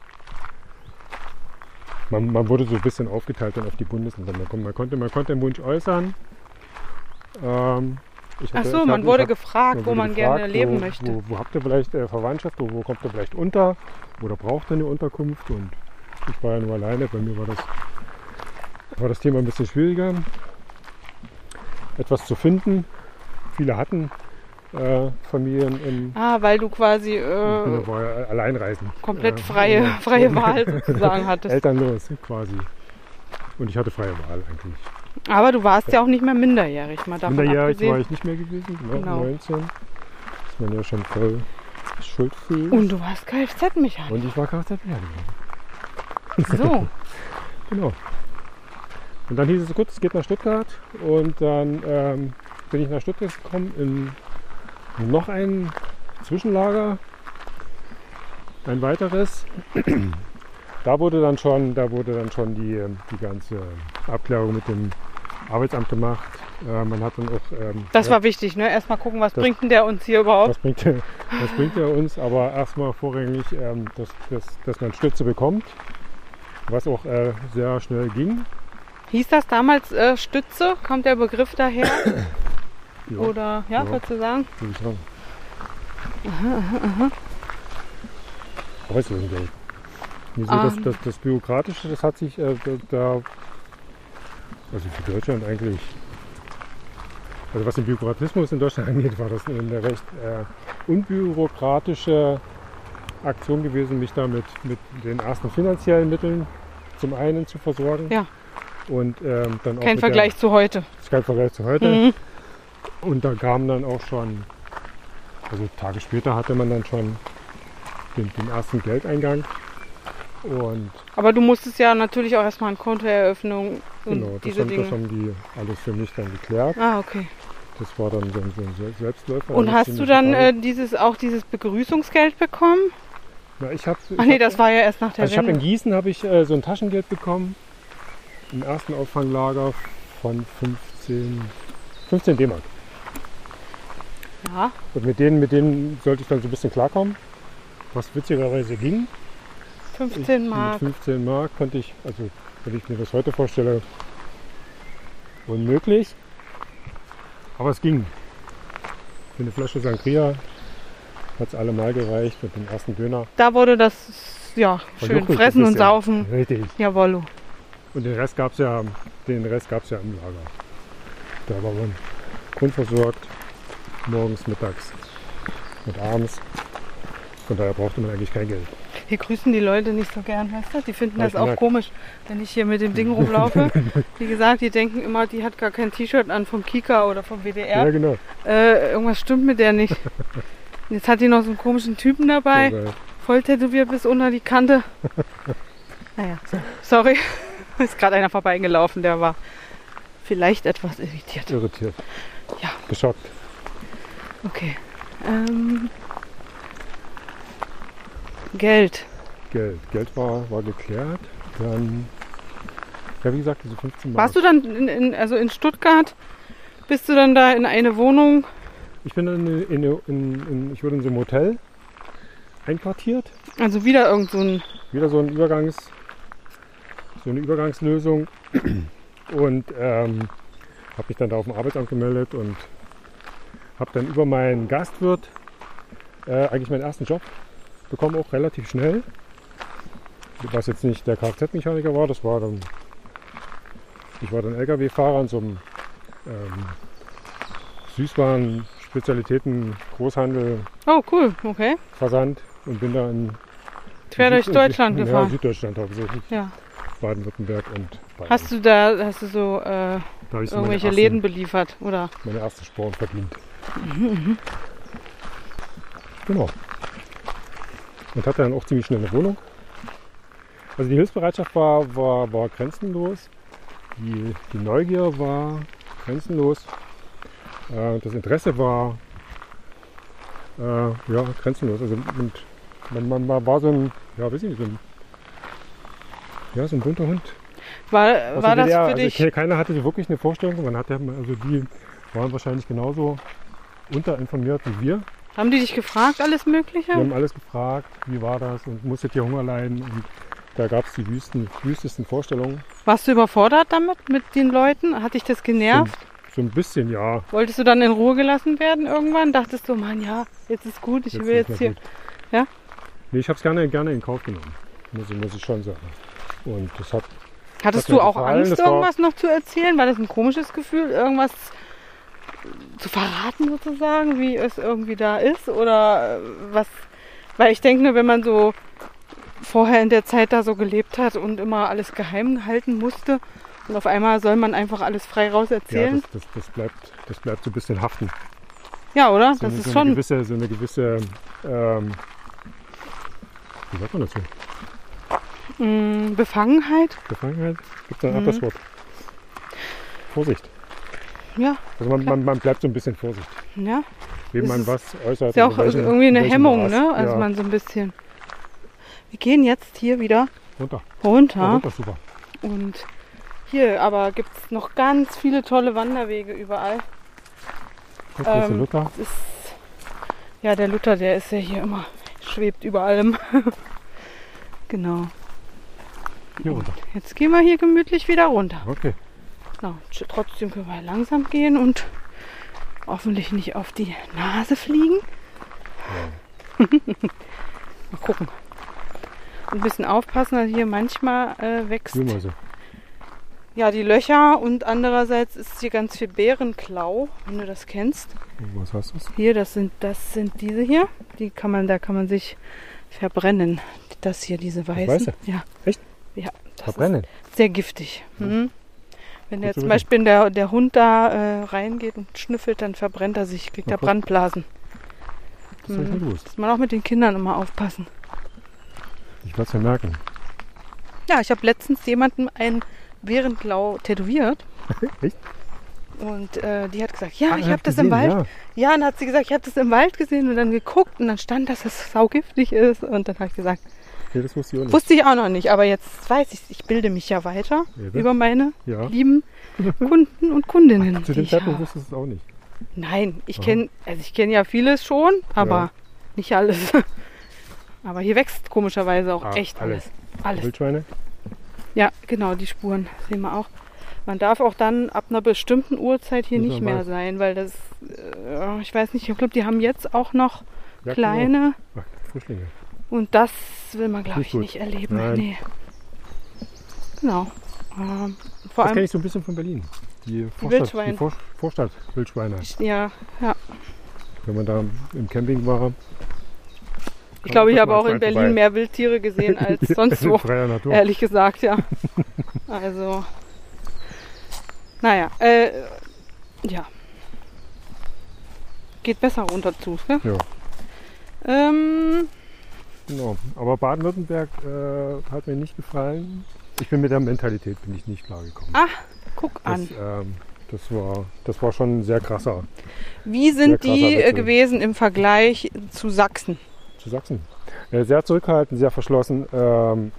man, man wurde so ein bisschen aufgeteilt dann auf die Bundesländer. Man, kon- man, konnte, man konnte einen Wunsch äußern. Ähm, ich Ach hatte- so, ich man hab- wurde ich hab- gefragt, man wo wurde man gefragt, gerne leben wo, möchte. Wo, wo habt ihr vielleicht äh, Verwandtschaft, wo, wo kommt ihr vielleicht unter oder braucht ihr eine Unterkunft? Und ich war ja nur alleine, bei mir war das, war das Thema ein bisschen schwieriger, etwas zu finden. Viele hatten äh, Familien in Ah, weil du quasi ich äh, bin aber alleinreisen. komplett Äh, freie, ohne- freie ohne- Wahl sozusagen hattest. Elternlos quasi. Und ich hatte freie Wahl eigentlich. Aber du warst ja auch nicht mehr minderjährig, mal davon Minderjährig abgesehen. war ich nicht mehr gewesen, ne? Genau. neunzehn. Ist man ja schon voll schuldfähig. Und du warst Kfz-Mechaniker. Und ich war Kfz-Mechaniker. So, Genau. Und dann hieß es, gut, es geht nach Stuttgart. Und dann ähm, bin ich nach Stuttgart gekommen in noch ein Zwischenlager. Ein weiteres. Da wurde dann schon, da wurde dann schon die, die ganze Abklärung mit dem Arbeitsamt gemacht. Äh, man hat dann auch. Ähm, das ja, war wichtig, ne? Erstmal gucken, was Das- bringt denn der uns hier überhaupt? was bringt, der- was bringt er uns? Aber erstmal vorrangig, ähm, dass, dass, dass man Stütze bekommt. Was auch äh, sehr schnell ging. Hieß das damals äh, Stütze? Kommt der Begriff daher? Ja, Oder, ja, Ja. würdest du sagen? würde ich sagen. Arbeitslosengeld. Nee, so Ah. das, das, das Bürokratische, das hat sich äh, da, da, also für Deutschland eigentlich, also was den Bürokratismus in Deutschland angeht, war das eine recht äh, unbürokratische Aktion gewesen, mich da mit, mit den ersten finanziellen Mitteln zum einen zu versorgen. Ja. Und ähm, dann auch Kein mit Vergleich zu heute. Der, das ist kein Vergleich zu heute. Mhm. Und da kam dann auch schon, also Tage später hatte man dann schon den, den ersten Geldeingang. Und Aber du musstest ja natürlich auch erstmal eine Kontoeröffnung und genau, das diese haben, Dinge. das haben die alles für mich dann geklärt. Ah, okay. Das war dann so ein, so ein Sel- Selbstläufer. Und alles hast du ziemlich dann egal. äh, dieses auch dieses Begrüßungsgeld bekommen? Na, ich hab, ich Ach nee, hab- das war ja erst nach der Also ich habe in Wende. Gießen habe ich äh, so ein Taschengeld bekommen. Im ersten Auffanglager von fünfzehn, fünfzehn D-Mark. Ja, Und mit denen, mit denen sollte ich dann so ein bisschen klarkommen. Was witzigerweise ging. fünfzehn Ich, Mark. Mit fünfzehn Mark konnte ich, also wenn ich mir das heute vorstelle, unmöglich. Aber es ging. Für eine Flasche Sangria hat es allemal gereicht und den ersten Döner. Da wurde das, ja, schön Verjuckelt fressen ein und bisschen. saufen. Richtig. Jawollo. Und den Rest gab es ja, den Rest gab's ja im Lager. Da war man grundversorgt, morgens, mittags und abends. Von daher brauchte man eigentlich kein Geld. Hier grüßen die Leute nicht so gern, weißt du? Die finden Hab das ich auch gemerkt. komisch, wenn ich hier mit dem Ding rumlaufe. Wie gesagt, die denken immer, die hat gar kein T-Shirt an vom Kika oder vom W D R. Ja, genau. Äh, irgendwas stimmt mit der nicht. Und jetzt hat die noch so einen komischen Typen dabei, Aber voll tätowiert bis unter die Kante. Naja, so. Sorry. Ist gerade einer vorbeigelaufen, der war vielleicht etwas irritiert. irritiert. Ja. Geschockt. Okay. Ähm, Geld. Geld. Geld war, war geklärt. Dann, ja wie gesagt, diese fünfzehn Mark. Warst du dann in, in, also in Stuttgart? Bist du dann da in eine Wohnung? Ich bin dann in, in, in, in, ich wurde in so einem Hotel einquartiert. Also wieder irgend so ein... Wieder so ein Übergangs, so eine Übergangslösung. Und ähm, habe mich dann da auf dem Arbeitsamt gemeldet und habe dann über meinen Gastwirt äh, eigentlich meinen ersten Job bekommen, auch relativ schnell. Was jetzt nicht der Kfz-Mechaniker war, das war dann, ich war dann L K W-Fahrer in so einem ähm, Süßwaren, Spezialitäten, Großhandel, Oh, cool. Okay. Versand und bin da in Quer durch Süd- Deutschland ja, gefahren. Süddeutschland hauptsächlich, Ja. Baden-Württemberg und Bayern. Hast du da, hast du so äh, Da habe ich so meine irgendwelche ersten- Läden beliefert, oder? meine ersten Sporen verdient. Genau. Und hatte dann auch ziemlich schnell eine Wohnung. Also die Hilfsbereitschaft war, war, war grenzenlos. Die, die Neugier war grenzenlos. Äh, das Interesse war äh, ja, grenzenlos. Also und man, man, man war so ein, ja, weiß ich nicht, so ein, ja, so ein bunter Hund. War, Aus war der das D D R. für Also dich... ke- keiner hatte wirklich eine Vorstellung. Man hatte, also die waren wahrscheinlich genauso unterinformiert wie wir. Haben die dich gefragt, alles Mögliche? Die haben alles gefragt, wie war das und musstet ihr Hunger leiden. Und da gab es die wüsten, wüstesten Vorstellungen. Warst du überfordert damit, mit den Leuten? Hat dich das genervt? So, so ein bisschen, ja. Wolltest du dann in Ruhe gelassen werden irgendwann? Dachtest du, Mann, ja, jetzt ist gut, ich will ist jetzt nicht hier... mehr gut. Ja? Nee, ich habe es gerne, gerne in Kauf genommen. Muss, ich- muss ich schon sagen. Und das hat, Hattest Hat mir du auch gefallen, Angst, das war- irgendwas noch zu erzählen? War das ein komisches Gefühl, irgendwas zu verraten sozusagen, wie es irgendwie da ist? Oder äh, was? Weil ich denke, wenn man so vorher in der Zeit da so gelebt hat und immer alles geheim halten musste und auf einmal soll man einfach alles frei raus ja, erzählen. das, das, das, bleibt, das bleibt so ein bisschen haften. Ja, oder? So, Das eine- ist so schon Eine gewisse, so eine gewisse, ähm, wie sagt man dazu? mh, Befangenheit. Befangenheit? Gibt es ein Mhm. anderes Wort? Vorsicht. Ja, Also man, man, man bleibt so ein bisschen vorsichtig. ja. Wem Ist man es- was äußert. Ist ja oder auch welchen- irgendwie eine welchem Hemmung, Maß. ne? Also ja. man so ein bisschen. Wir gehen jetzt hier wieder Runter. runter. Ja, runter, super. Und hier aber gibt es noch ganz viele tolle Wanderwege überall. Jetzt ist der Ähm, Luther. Es ist, ja, der Luther, der ist ja hier immer, schwebt über allem. Genau. Hier runter. Jetzt gehen wir hier gemütlich wieder runter. Okay. Genau. tsch- Trotzdem können wir langsam gehen und hoffentlich nicht auf die Nase fliegen. Mal gucken. Ein bisschen aufpassen, also hier manchmal äh, wächst Wühlmäuse. ja die Löcher und andererseits ist hier ganz viel Bärenklau, wenn du das kennst. Was heißt das? Hier, das sind, das sind diese hier. Die kann man, da kann man sich verbrennen. Das hier, diese weißen. weiße? Ja. Echt? Ja, das Verbrennen. ist sehr giftig. Mhm. Wenn Gut jetzt zu zum wissen. Beispiel der, der Hund da äh, reingeht und schnüffelt, dann verbrennt er sich, kriegt er Okay. Brandblasen. Das habe ich nicht gewusst. Muss man auch mit den Kindern immer aufpassen. Ich werde es ja merken. Ja, ich habe letztens jemandem ein Bärenklau tätowiert. Echt? Und äh, die hat gesagt, ja, Ah, ich ihr habe habt das im gesehen, Wald. Ja. Ja, und dann hat sie gesagt, ich habe das im Wald gesehen und dann geguckt und dann stand, dass das saugiftig ist. Und dann habe ich gesagt, Okay, das wusste ich auch nicht. wusste ich auch noch nicht, aber jetzt weiß ich, ich bilde mich ja weiter Eben. über meine Ja. lieben Kunden und Kundinnen. Zu die dem ich Zeitpunkt habe. wusstest du es auch nicht. Nein, ich Aha. kenne, also ich kenne ja vieles schon, aber Ja. nicht alles. Aber hier wächst komischerweise auch Ah, echt alles. alles. Alles. Wildschweine? Ja, genau, die Spuren sehen wir auch. Man darf auch dann ab einer bestimmten Uhrzeit hier Nicht nicht mehr mehr weiß. sein, weil das, äh, ich weiß nicht, ich glaube, die haben jetzt auch noch Ja, kleine Ach, Frischlinge. und das will man, glaube Nicht ich, gut. nicht erleben. Nein. Nee. Genau. Ähm, vor Das kenne allem, ich so ein bisschen von Berlin. die, Die Vorstadt, Wildschweine. die Vor Vorstadt-Wildschweine. Ja, ja. Wenn man da im Camping war. Ich glaube, ich das habe mal auch in frei Berlin vorbei. mehr Wildtiere gesehen als sonst In wo. freier Natur. Ehrlich gesagt, ja. Also, naja, äh, ja. Geht besser runter zu, gell? Ja, Ähm, genau. Aber Baden-Württemberg äh, hat mir nicht gefallen. Ich bin mit der Mentalität bin ich nicht klargekommen. ach, guck Das, an. ähm, das, war, das war schon sehr krasser. Wie sehr sind krasser die äh, Wechsel. gewesen im Vergleich zu Sachsen? Zu Sachsen. Äh, sehr zurückhaltend, sehr verschlossen. Ähm,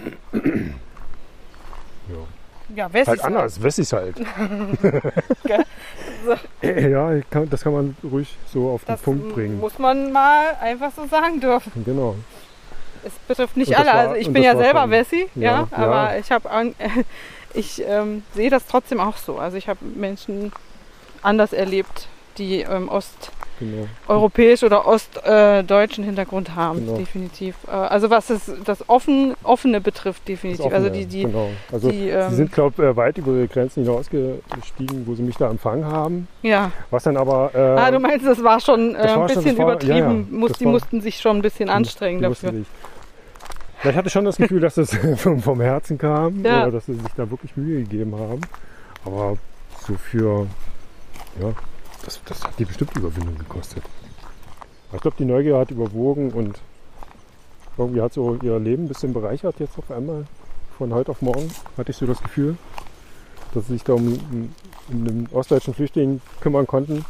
ja. Ja, Wessis Halt anders, Wessis halt. Gell? So. Ja, ich kann, das kann man ruhig so auf den Das Punkt bringen. muss man mal einfach so sagen dürfen. Genau. Es betrifft nicht Und das alle. war- also ich und bin das ja war selber schon- Wessi, ja, ja, aber ja. ich habe an- ich ähm, sehe das trotzdem auch so. Also ich habe Menschen anders erlebt, die ähm, osteuropäisch Genau. oder ostdeutschen Hintergrund haben, Genau. definitiv. Äh, also was das, das offen, Offene betrifft, Das definitiv. Offene, Also die, die, genau. Also die ähm, sie sind, glaube ich, weit über die Grenzen hinausgestiegen, wo sie mich da empfangen haben. ja. Was dann aber... Äh, Ah, du meinst, das war schon äh, das war ein schon- bisschen das war- übertrieben. ja, ja, Muss, das die war- mussten sich schon ein bisschen anstrengen die dafür. mussten sich- Ja, ich hatte schon das Gefühl, dass das vom, vom Herzen kam Ja. oder dass sie sich da wirklich Mühe gegeben haben. Aber so für... Ja, das, das hat die bestimmt Überwindung gekostet. Aber ich glaube, die Neugier hat überwogen und irgendwie hat so ihr Leben ein bisschen bereichert jetzt auf einmal. Von heute auf morgen hatte ich so das Gefühl, dass sie sich da um, um, um den ostdeutschen Flüchtling kümmern konnten.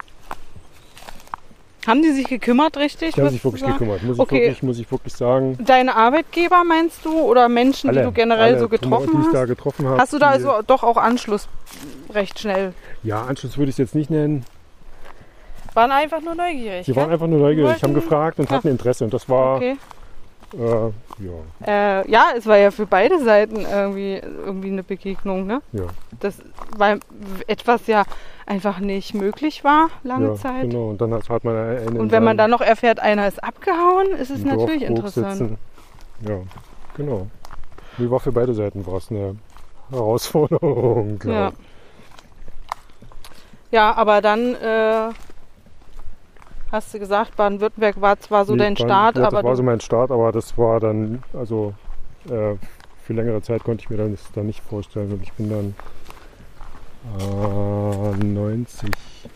Haben die sich gekümmert, richtig? Die haben Was sich wirklich du sagst? gekümmert, muss, Okay. ich wirklich, muss ich wirklich sagen. Deine Arbeitgeber meinst du oder Menschen, die du generell alle, so getroffen die ich da hast? getroffen habe. Hast du da die, also doch auch Anschluss recht schnell? Ja, Anschluss würde ich es jetzt nicht nennen. Waren einfach nur neugierig. Die waren gell? einfach nur neugierig, haben wollten- gefragt und Ja. hatten Interesse. Und das war, Okay. äh, ja, Äh, ja, es war ja für beide Seiten irgendwie, irgendwie eine Begegnung, ne? ja, Das, weil etwas ja einfach nicht möglich war, lange ja, Zeit. genau. Und dann hat, hat man einen Und wenn man dann noch erfährt, einer ist abgehauen, ist es natürlich interessant. Sitzen. Ja, genau. Wie war für beide Seiten war es eine Herausforderung, Ja. klar. Ja, aber dann äh, hast du gesagt, Baden-Württemberg war zwar so Nee, dein war- Start, ja, aber das war du, so mein Start, aber das war dann, also äh, für längere Zeit konnte ich mir das dann nicht vorstellen. Und ich bin dann äh, neunzig,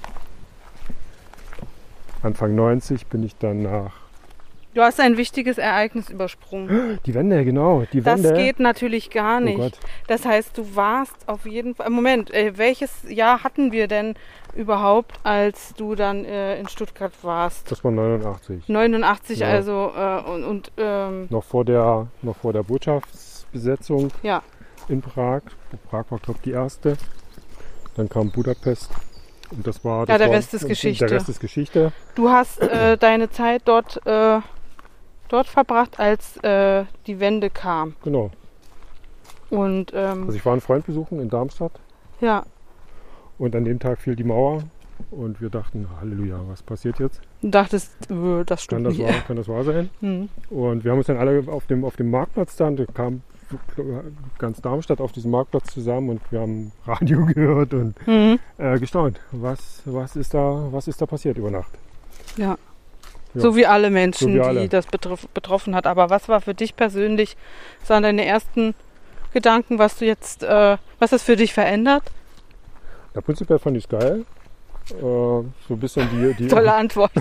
Anfang neunzig bin ich dann nach du hast ein wichtiges Ereignis übersprungen. die Wende, genau, die Das Wende. geht natürlich gar Oh nicht. Gott. Das heißt, du warst auf jeden Fall. Moment, äh, welches Jahr hatten wir denn überhaupt, als du dann äh, in Stuttgart warst? Das war neunundachtzig. neunundachtzig, Ja. also äh, und, und ähm, Noch vor der, noch vor der Botschaftsbesetzung ja. in Prag. Prag war, glaube ich, die erste. Dann kam Budapest. Und das war, das Ja, der war, Rest ist Geschichte. Der Rest ist Geschichte. Du hast äh, deine Zeit dort, äh, dort verbracht, als äh, die Wende kam. Genau. Und ähm, Also ich war einen Freund besuchen in Darmstadt. ja, Und an dem Tag fiel die Mauer. Und wir dachten, Halleluja, was passiert jetzt? du dachtest, äh, das Kann stimmt das, nicht. wahr, kann das wahr sein? Hm. Und wir haben uns dann alle auf dem, auf dem Marktplatz da, und da kam ganz Darmstadt auf diesem Marktplatz zusammen und wir haben Radio gehört und Mhm. äh, gestaunt. Was, was, ist da, was ist da passiert über Nacht? Ja. Ja. So wie alle Menschen, So wie alle. die das betroff, betroffen hat. Aber was war für dich persönlich, was waren deine ersten Gedanken, was du jetzt, äh, was das für dich verändert? Ja, prinzipiell fand ich es geil. Äh, so ein bisschen die... die Tolle Antwort.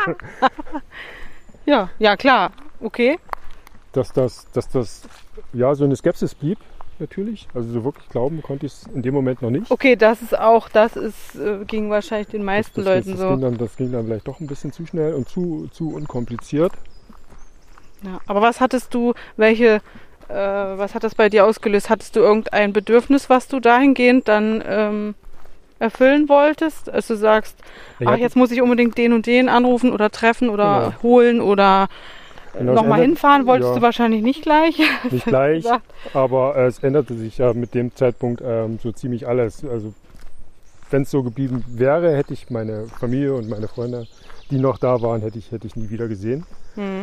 ja, ja klar. Okay. dass das, dass das ja so eine Skepsis blieb, natürlich. Also so wirklich glauben konnte ich es in dem Moment noch nicht. Okay, das ist auch, das ist, äh, ging wahrscheinlich den meisten das, das, Leuten das, so. Ging dann, das ging dann vielleicht doch ein bisschen zu schnell und zu, zu unkompliziert. Ja, aber was hattest du, welche, äh, was hat das bei dir ausgelöst? Hattest du irgendein Bedürfnis, was du dahingehend dann ähm, erfüllen wolltest? Also du sagst, Ich ach, hatte- jetzt muss ich unbedingt den und den anrufen oder treffen oder Genau. holen oder äh, Genau, es nochmal ändert- hinfahren, wolltest ja. du wahrscheinlich nicht gleich. Nicht gleich, gesagt. aber äh, es änderte sich ja mit dem Zeitpunkt ähm, so ziemlich alles. Also wenn es so geblieben wäre, hätte ich meine Familie und meine Freunde, die noch da waren, hätte ich, hätte ich nie wieder gesehen. Hm.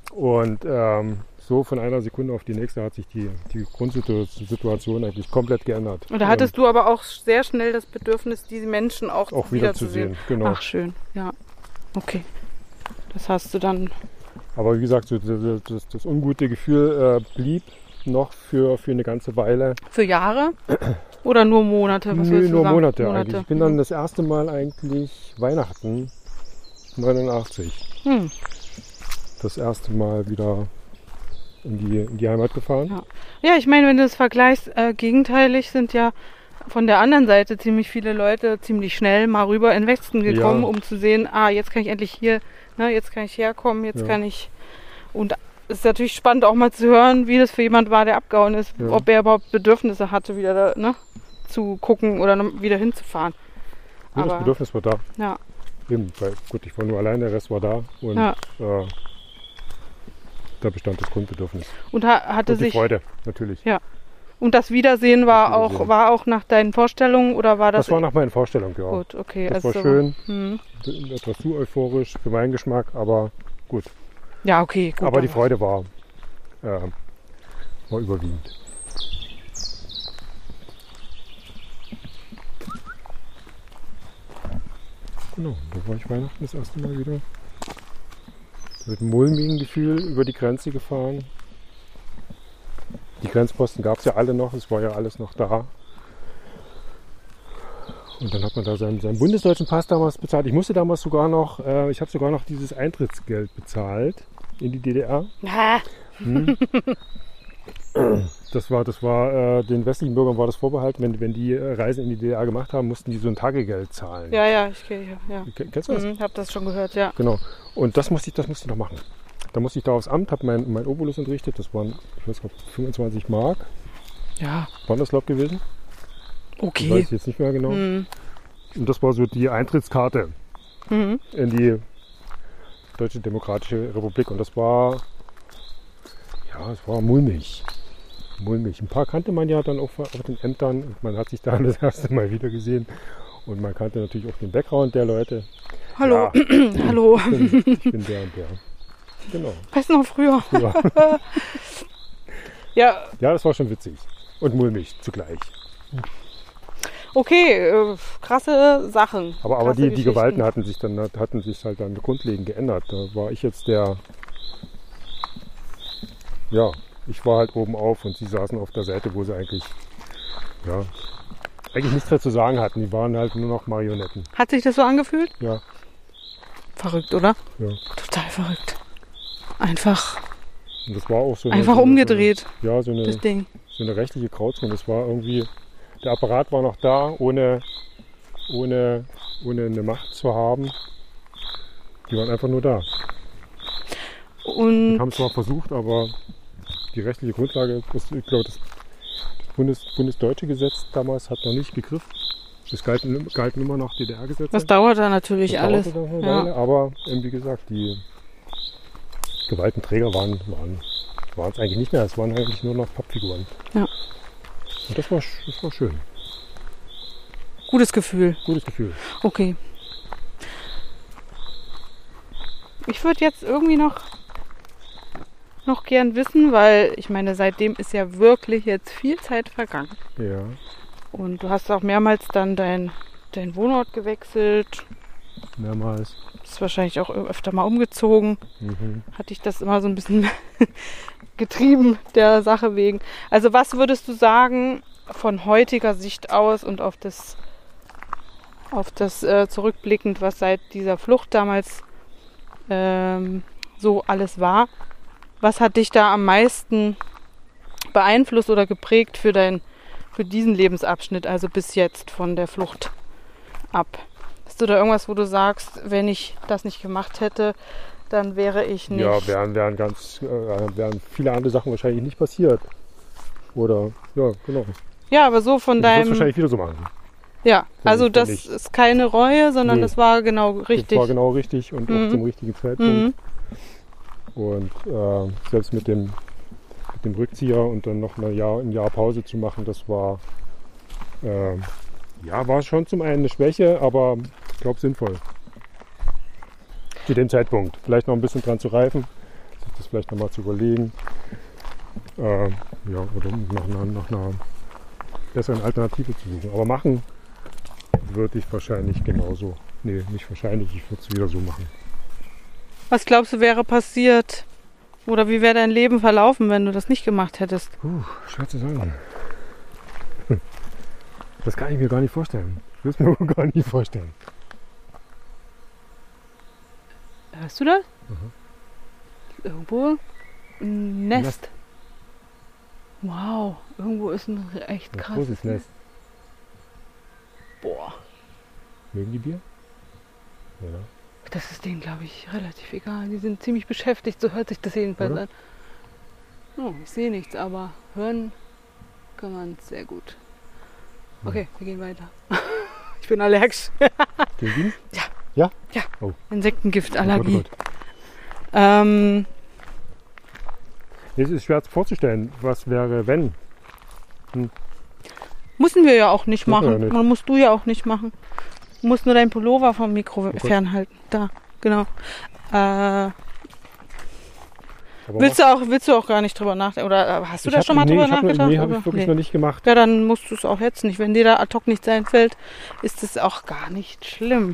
Und ähm, so von einer Sekunde auf die nächste hat sich die, die Grundsituation eigentlich komplett geändert. Und da hattest ähm, du aber auch sehr schnell das Bedürfnis, diese Menschen auch, auch wiederzusehen. Genau. Ach schön, ja. Okay. Das hast du dann... Aber wie gesagt, so das, das, das ungute Gefühl äh, blieb noch für, für eine ganze Weile. Für Jahre? Oder nur Monate? Was Nö, nur sagen? Monate, Monate eigentlich. Ich bin dann das erste Mal eigentlich Weihnachten neunundachtzig. Hm. Das erste Mal wieder in die, in die Heimat gefahren. Ja. ja, ich meine, wenn du das vergleichst, äh, gegenteilig sind ja von der anderen Seite ziemlich viele Leute ziemlich schnell mal rüber in den Westen gekommen, ja. um zu sehen, ah, jetzt kann ich endlich hier, ne, jetzt kann ich herkommen, jetzt ja. kann ich... Und es ist natürlich spannend auch mal zu hören, wie das für jemand war, der abgehauen ist, ja. ob er überhaupt Bedürfnisse hatte, wieder da, ne, zu gucken oder wieder hinzufahren. Ja, das Bedürfnis war da. Ja. Eben, weil, gut, ich war nur allein, der Rest war da und ja. äh, da bestand das Grundbedürfnis. Und ha hatte und die sich Freude, natürlich. Ja. Und das Wiedersehen war das Wiedersehen. auch war auch nach deinen Vorstellungen oder war das? Das war nach meinen Vorstellungen, ja. Gut, okay. Das also war schön, hm. etwas zu euphorisch für meinen Geschmack, aber gut. Ja, okay, gut. Aber die Freude war, äh, war überwiegend. Genau, da war ich Weihnachten das erste Mal wieder. Mit einem mulmigen Gefühl über die Grenze gefahren. Die Grenzposten gab es ja alle noch, es war ja alles noch da. Und dann hat man da seinen, seinen bundesdeutschen Pass damals bezahlt. Ich musste damals sogar noch, äh, ich habe sogar noch dieses Eintrittsgeld bezahlt in die D D R. Hm. Das war, das war äh, den westlichen Bürgern war das vorbehalten, wenn, wenn die äh, Reisen in die D D R gemacht haben, mussten die so ein Tagegeld zahlen. Ja, ja, ich kenne ja. Kennst du das? Ich mhm, habe das schon gehört, ja. Genau. Und das musste ich, das musste ich noch machen. Da musste ich da aufs Amt, habe mein, mein Obolus entrichtet. Das waren, ich weiß nicht, fünfundzwanzig Mark. Ja. Waren das, glaube ich, gewesen? Okay. Ich weiß ich jetzt nicht mehr genau. Mhm. Und das war so die Eintrittskarte mhm. in die Deutsche Demokratische Republik. Und das war, ja, es war mulmig. Mulmig. Ein paar kannte man ja dann auch auf den Ämtern. Und man hat sich da das erste Mal wieder gesehen. Und man kannte natürlich auch den Background der Leute. Hallo. Ja, Hallo. Ich bin, ich bin der und der. Genau. Weißt du noch früher? früher. ja. Ja, das war schon witzig. Und mulmig zugleich. Okay, äh, krasse Sachen. Aber, aber die, die Gewalten hatten sich dann hatten sich halt dann grundlegend geändert. Da war ich jetzt der. Ja, ich war halt oben auf und sie saßen auf der Seite, wo sie eigentlich, ja, eigentlich nichts mehr zu sagen hatten. Die waren halt nur noch Marionetten. Hat sich das so angefühlt? Ja. Verrückt, oder? Ja. Total verrückt. Einfach. Und das war auch so. Einfach eine, umgedreht. So eine, ja, so eine, das Ding. so eine rechtliche Grauzone. Das war irgendwie. Der Apparat war noch da, ohne, ohne, ohne eine Macht zu haben. Die waren einfach nur da. Und wir haben es zwar versucht, aber die rechtliche Grundlage, das, ich glaube, das Bundes, bundesdeutsche Gesetz damals hat noch nicht gegriffen. Es galten, galten immer noch D D R-Gesetze. Das dauert dann natürlich das alles. Dann eine ja. Weile, aber eben wie gesagt, die Gewaltenträger waren waren waren es eigentlich nicht mehr. Es waren eigentlich nur noch Pappfiguren. Ja. Und das war, das war schön. Gutes Gefühl. Gutes Gefühl. Okay. Ich würde jetzt irgendwie noch, noch gern wissen, weil ich meine, seitdem ist ja wirklich jetzt viel Zeit vergangen. Ja. Und du hast auch mehrmals dann dein, dein Wohnort gewechselt. Mehrmals. Bist wahrscheinlich auch öfter mal umgezogen. Mhm. Hat dich das immer so ein bisschen getrieben, der Sache wegen. Also was würdest du sagen, von heutiger Sicht aus und auf das, auf das äh, zurückblickend, was seit dieser Flucht damals ähm, so alles war, was hat dich da am meisten beeinflusst oder geprägt für, dein, für diesen Lebensabschnitt, also bis jetzt von der Flucht ab? Hast du da irgendwas, wo du sagst, wenn ich das nicht gemacht hätte, dann wäre ich nicht... Ja, wären, wären, ganz, äh, wären viele andere Sachen wahrscheinlich nicht passiert. Oder, ja, genau. Ja, aber so von ich deinem... Ich würde es wahrscheinlich wieder so machen. Ja, also ich, das ich. ist keine Reue, sondern nee. das war genau richtig. Das war genau richtig und mhm. auch zum richtigen Zeitpunkt. Mhm. Und äh, selbst mit dem, mit dem Rückzieher und dann noch ein Jahr, ein Jahr Pause zu machen, das war... Äh, ja, war schon zum einen eine Schwäche, aber ich glaube sinnvoll. Zu dem Zeitpunkt. Vielleicht noch ein bisschen dran zu reifen, sich das vielleicht nochmal zu überlegen. Äh, ja, oder nach einer, nach einer besseren Alternative zu suchen. Aber machen würde ich wahrscheinlich genauso. Nee, nicht wahrscheinlich, ich würde es wieder so machen. Was glaubst du, wäre passiert? Oder wie wäre dein Leben verlaufen, wenn du das nicht gemacht hättest? Puh, schwer zu sagen. Das kann ich mir gar nicht vorstellen. Ich will es mir gar nicht vorstellen. Hörst du das? Mhm. Irgendwo ein Nest. Nest. Wow, irgendwo ist ein echt Ein krasses großes Nest. Boah, Mögen die Bier? Ja. das ist denen, glaube ich, relativ egal. Die sind ziemlich beschäftigt, so hört sich das jedenfalls Oder? an. Oh, ich sehe nichts, aber hören kann man sehr gut. Okay, wir gehen weiter. Ich bin allergisch. Gegen die? Ja. Ja? Ja. Oh. Insektengiftallergie. Oh Gott, oh Gott. Ähm, Es ist schwer vorzustellen, was wäre, wenn. müssen wir ja auch nicht Müssen wir machen. ja nicht. Man musst du ja auch nicht machen. Du musst nur dein Pullover vom Mikro Gott. fernhalten. Da, genau. Äh, Aber willst, du auch, willst du auch gar nicht drüber nachdenken? Oder hast du ich da hab- schon mal nee, drüber ich hab- nachgedacht? Nee, habe oder? ich wirklich Nee. noch nicht gemacht. Ja, dann musst du es auch jetzt nicht. Wenn dir da ad hoc nichts einfällt, ist es auch gar nicht schlimm.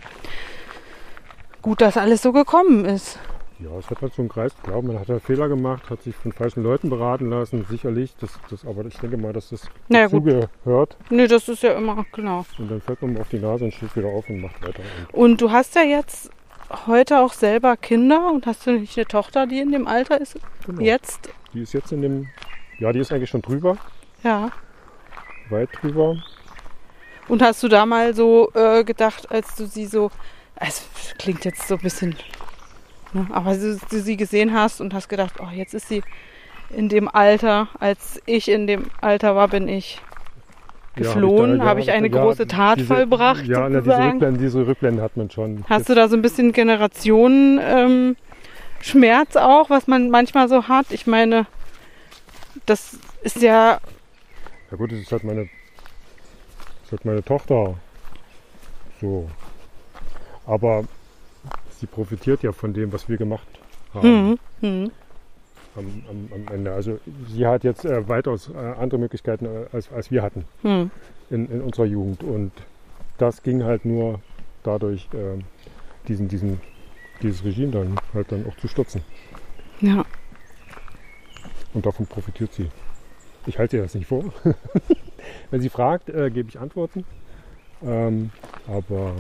Gut, dass alles so gekommen ist. Ja, es hat halt so einen Kreis. Ich glaube, man hat einen Fehler gemacht, hat sich von falschen Leuten beraten lassen, sicherlich. Das, das, aber ich denke mal, dass das Na ja, gut. dazugehört. Nee, das ist ja immer, genau. Und dann fällt man auf die Nase und steht wieder auf und macht weiter. Und Und du hast ja jetzt heute auch selber Kinder und hast du nicht eine Tochter, die in dem Alter ist? genau. Jetzt? Die ist jetzt in dem, ja, die ist eigentlich schon drüber, Ja. weit drüber. Und hast du da mal so äh, gedacht, als du sie so, es klingt jetzt so ein bisschen, ne, aber du, du sie gesehen hast und hast gedacht, oh, jetzt ist sie in dem Alter, als ich in dem Alter war, bin ich geflohen, Ja, habe ich, da- ja, eine ja, große Tat diese, vollbracht, Ja, na, diese, sozusagen. Rückblenden, diese Rückblenden hat man schon. Hast du da so ein bisschen Generationen ähm, Schmerz auch, was man manchmal so hat? Ich meine, das ist ja, Ja gut, das ist halt meine, das ist halt meine Tochter. So. Aber sie profitiert ja von dem, was wir gemacht haben hm, hm, am, am, am Ende. Also sie hat jetzt äh, weitaus äh, andere Möglichkeiten, äh, als, als wir hatten hm. in, in unserer Jugend. Und das ging halt nur dadurch, äh, diesen, diesen, dieses Regime dann halt dann auch zu stürzen. Ja. Und davon profitiert sie. Ich halte ihr das nicht vor. Wenn sie fragt, äh, gebe ich Antworten. Ähm, aber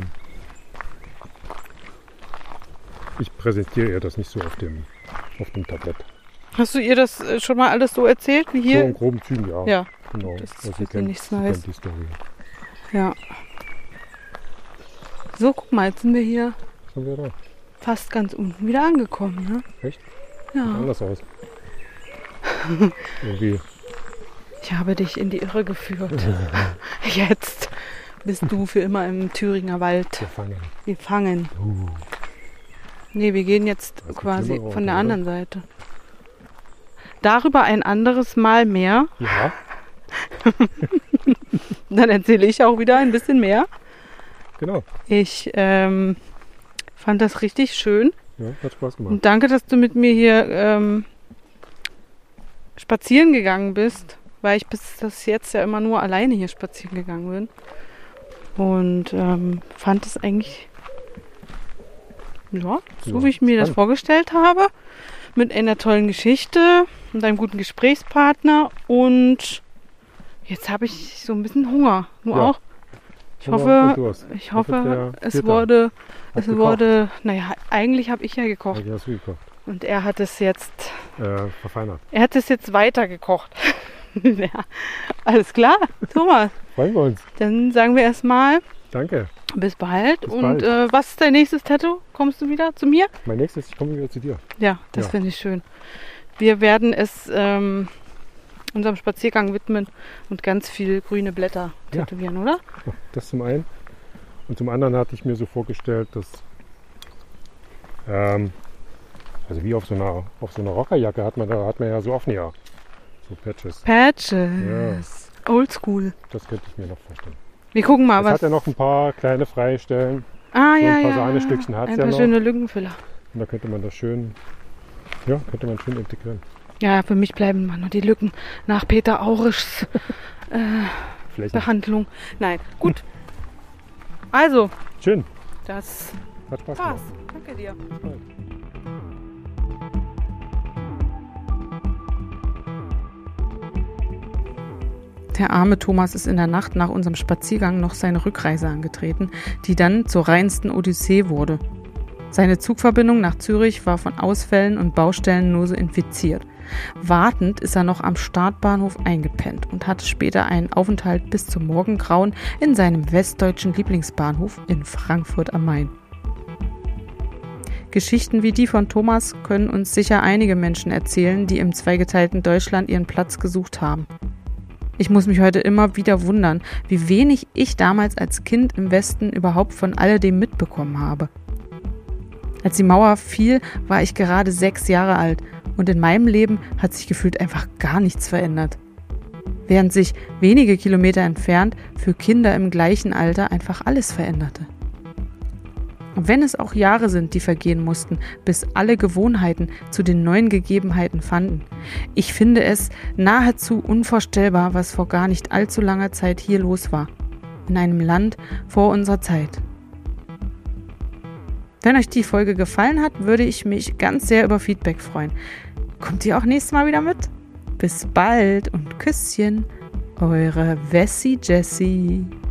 ich präsentiere ihr das nicht so auf dem, auf dem Tablett. Hast du ihr das äh, schon mal alles so erzählt, wie So hier? in groben Zügen, ja. Ja, Genau. das ist Also sie wirklich kennt, nichts sie Neues. kennt die Story. Ja. So, guck mal, jetzt sind wir hier Schon wieder da. fast ganz unten wieder angekommen, ne? Echt? Sieht Ja. anders aus. Irgendwie. Ich habe dich in die Irre geführt. Jetzt bist du für immer im Thüringer Wald Gefangen. gefangen. Uh. Nee, wir gehen jetzt Das sieht quasi schlimmer aus, von der oder? anderen Seite. Darüber ein anderes Mal mehr. Ja, Dann erzähle ich auch wieder ein bisschen mehr. genau. Ich ähm, fand das richtig schön. Ja, hat Spaß gemacht. Und danke, dass du mit mir hier ähm, spazieren gegangen bist, weil ich bis das jetzt ja immer nur alleine hier spazieren gegangen bin. Und ähm, fand es eigentlich, ja, so Ja, wie ich mir das spannend. vorgestellt habe, mit einer tollen Geschichte und einem guten Gesprächspartner. Und jetzt habe ich so ein bisschen Hunger. Du Ja. auch? Ich Hunger hoffe, und Durst. ich Hoffe, hoffe, der es Peter wurde, hat es gekocht. wurde, naja, eigentlich habe ich ja gekocht. Ja, hast du gekocht. Und er hat es jetzt, Äh, verfeinert. er hat es jetzt weitergekocht. Ja, alles klar, Thomas. Freuen wir uns. Dann sagen wir erstmal Danke. bis bald. Bis Und bald. Äh, was ist dein nächstes Tattoo? Kommst du wieder zu mir? Mein nächstes, ich komme wieder zu dir. Ja, das Ja. finde ich schön. Wir werden es ähm, unserem Spaziergang widmen und ganz viel grüne Blätter Ja. tätowieren, oder? Ja, das zum einen. Und zum anderen hatte ich mir so vorgestellt, dass ähm, also wie auf so einer auf so einer Rockerjacke hat man da hat man ja so offene ja so Patches. Patches. Oldschool. Das könnte ich mir noch vorstellen. Wir gucken mal, Es was. hat ja noch ein paar kleine freie Stellen ah, so ja, ein paar ja. Sahnestückchen hat's Ein ja paar noch. schöne Lückenfüller. und da könnte man das schön Ja, könnte man schön integrieren. Ja, für mich bleiben immer nur die Lücken nach Peter Aurischs äh, Behandlung. Nein, gut. Also. Schön. Das Hat Spaß war's. gemacht. Danke dir. Bis bald. Der arme Thomas ist in der Nacht nach unserem Spaziergang noch seine Rückreise angetreten, die dann zur reinsten Odyssee wurde. Seine Zugverbindung nach Zürich war von Ausfällen und Baustellen nur so infiziert. Wartend ist er noch am Startbahnhof eingepennt und hatte später einen Aufenthalt bis zum Morgengrauen in seinem westdeutschen Lieblingsbahnhof in Frankfurt am Main. Geschichten wie die von Thomas können uns sicher einige Menschen erzählen, die im zweigeteilten Deutschland ihren Platz gesucht haben. Ich muss mich heute immer wieder wundern, wie wenig ich damals als Kind im Westen überhaupt von alledem mitbekommen habe. Als die Mauer fiel, war ich gerade sechs Jahre alt und in meinem Leben hat sich gefühlt einfach gar nichts verändert. Während sich wenige Kilometer entfernt für Kinder im gleichen Alter einfach alles veränderte. Und wenn es auch Jahre sind, die vergehen mussten, bis alle Gewohnheiten zu den neuen Gegebenheiten fanden. Ich finde es nahezu unvorstellbar, was vor gar nicht allzu langer Zeit hier los war. In einem Land vor unserer Zeit. Wenn euch die Folge gefallen hat, würde ich mich ganz sehr über Feedback freuen. Kommt ihr auch nächstes Mal wieder mit? Bis bald und Küsschen, eure Wessi Jessie.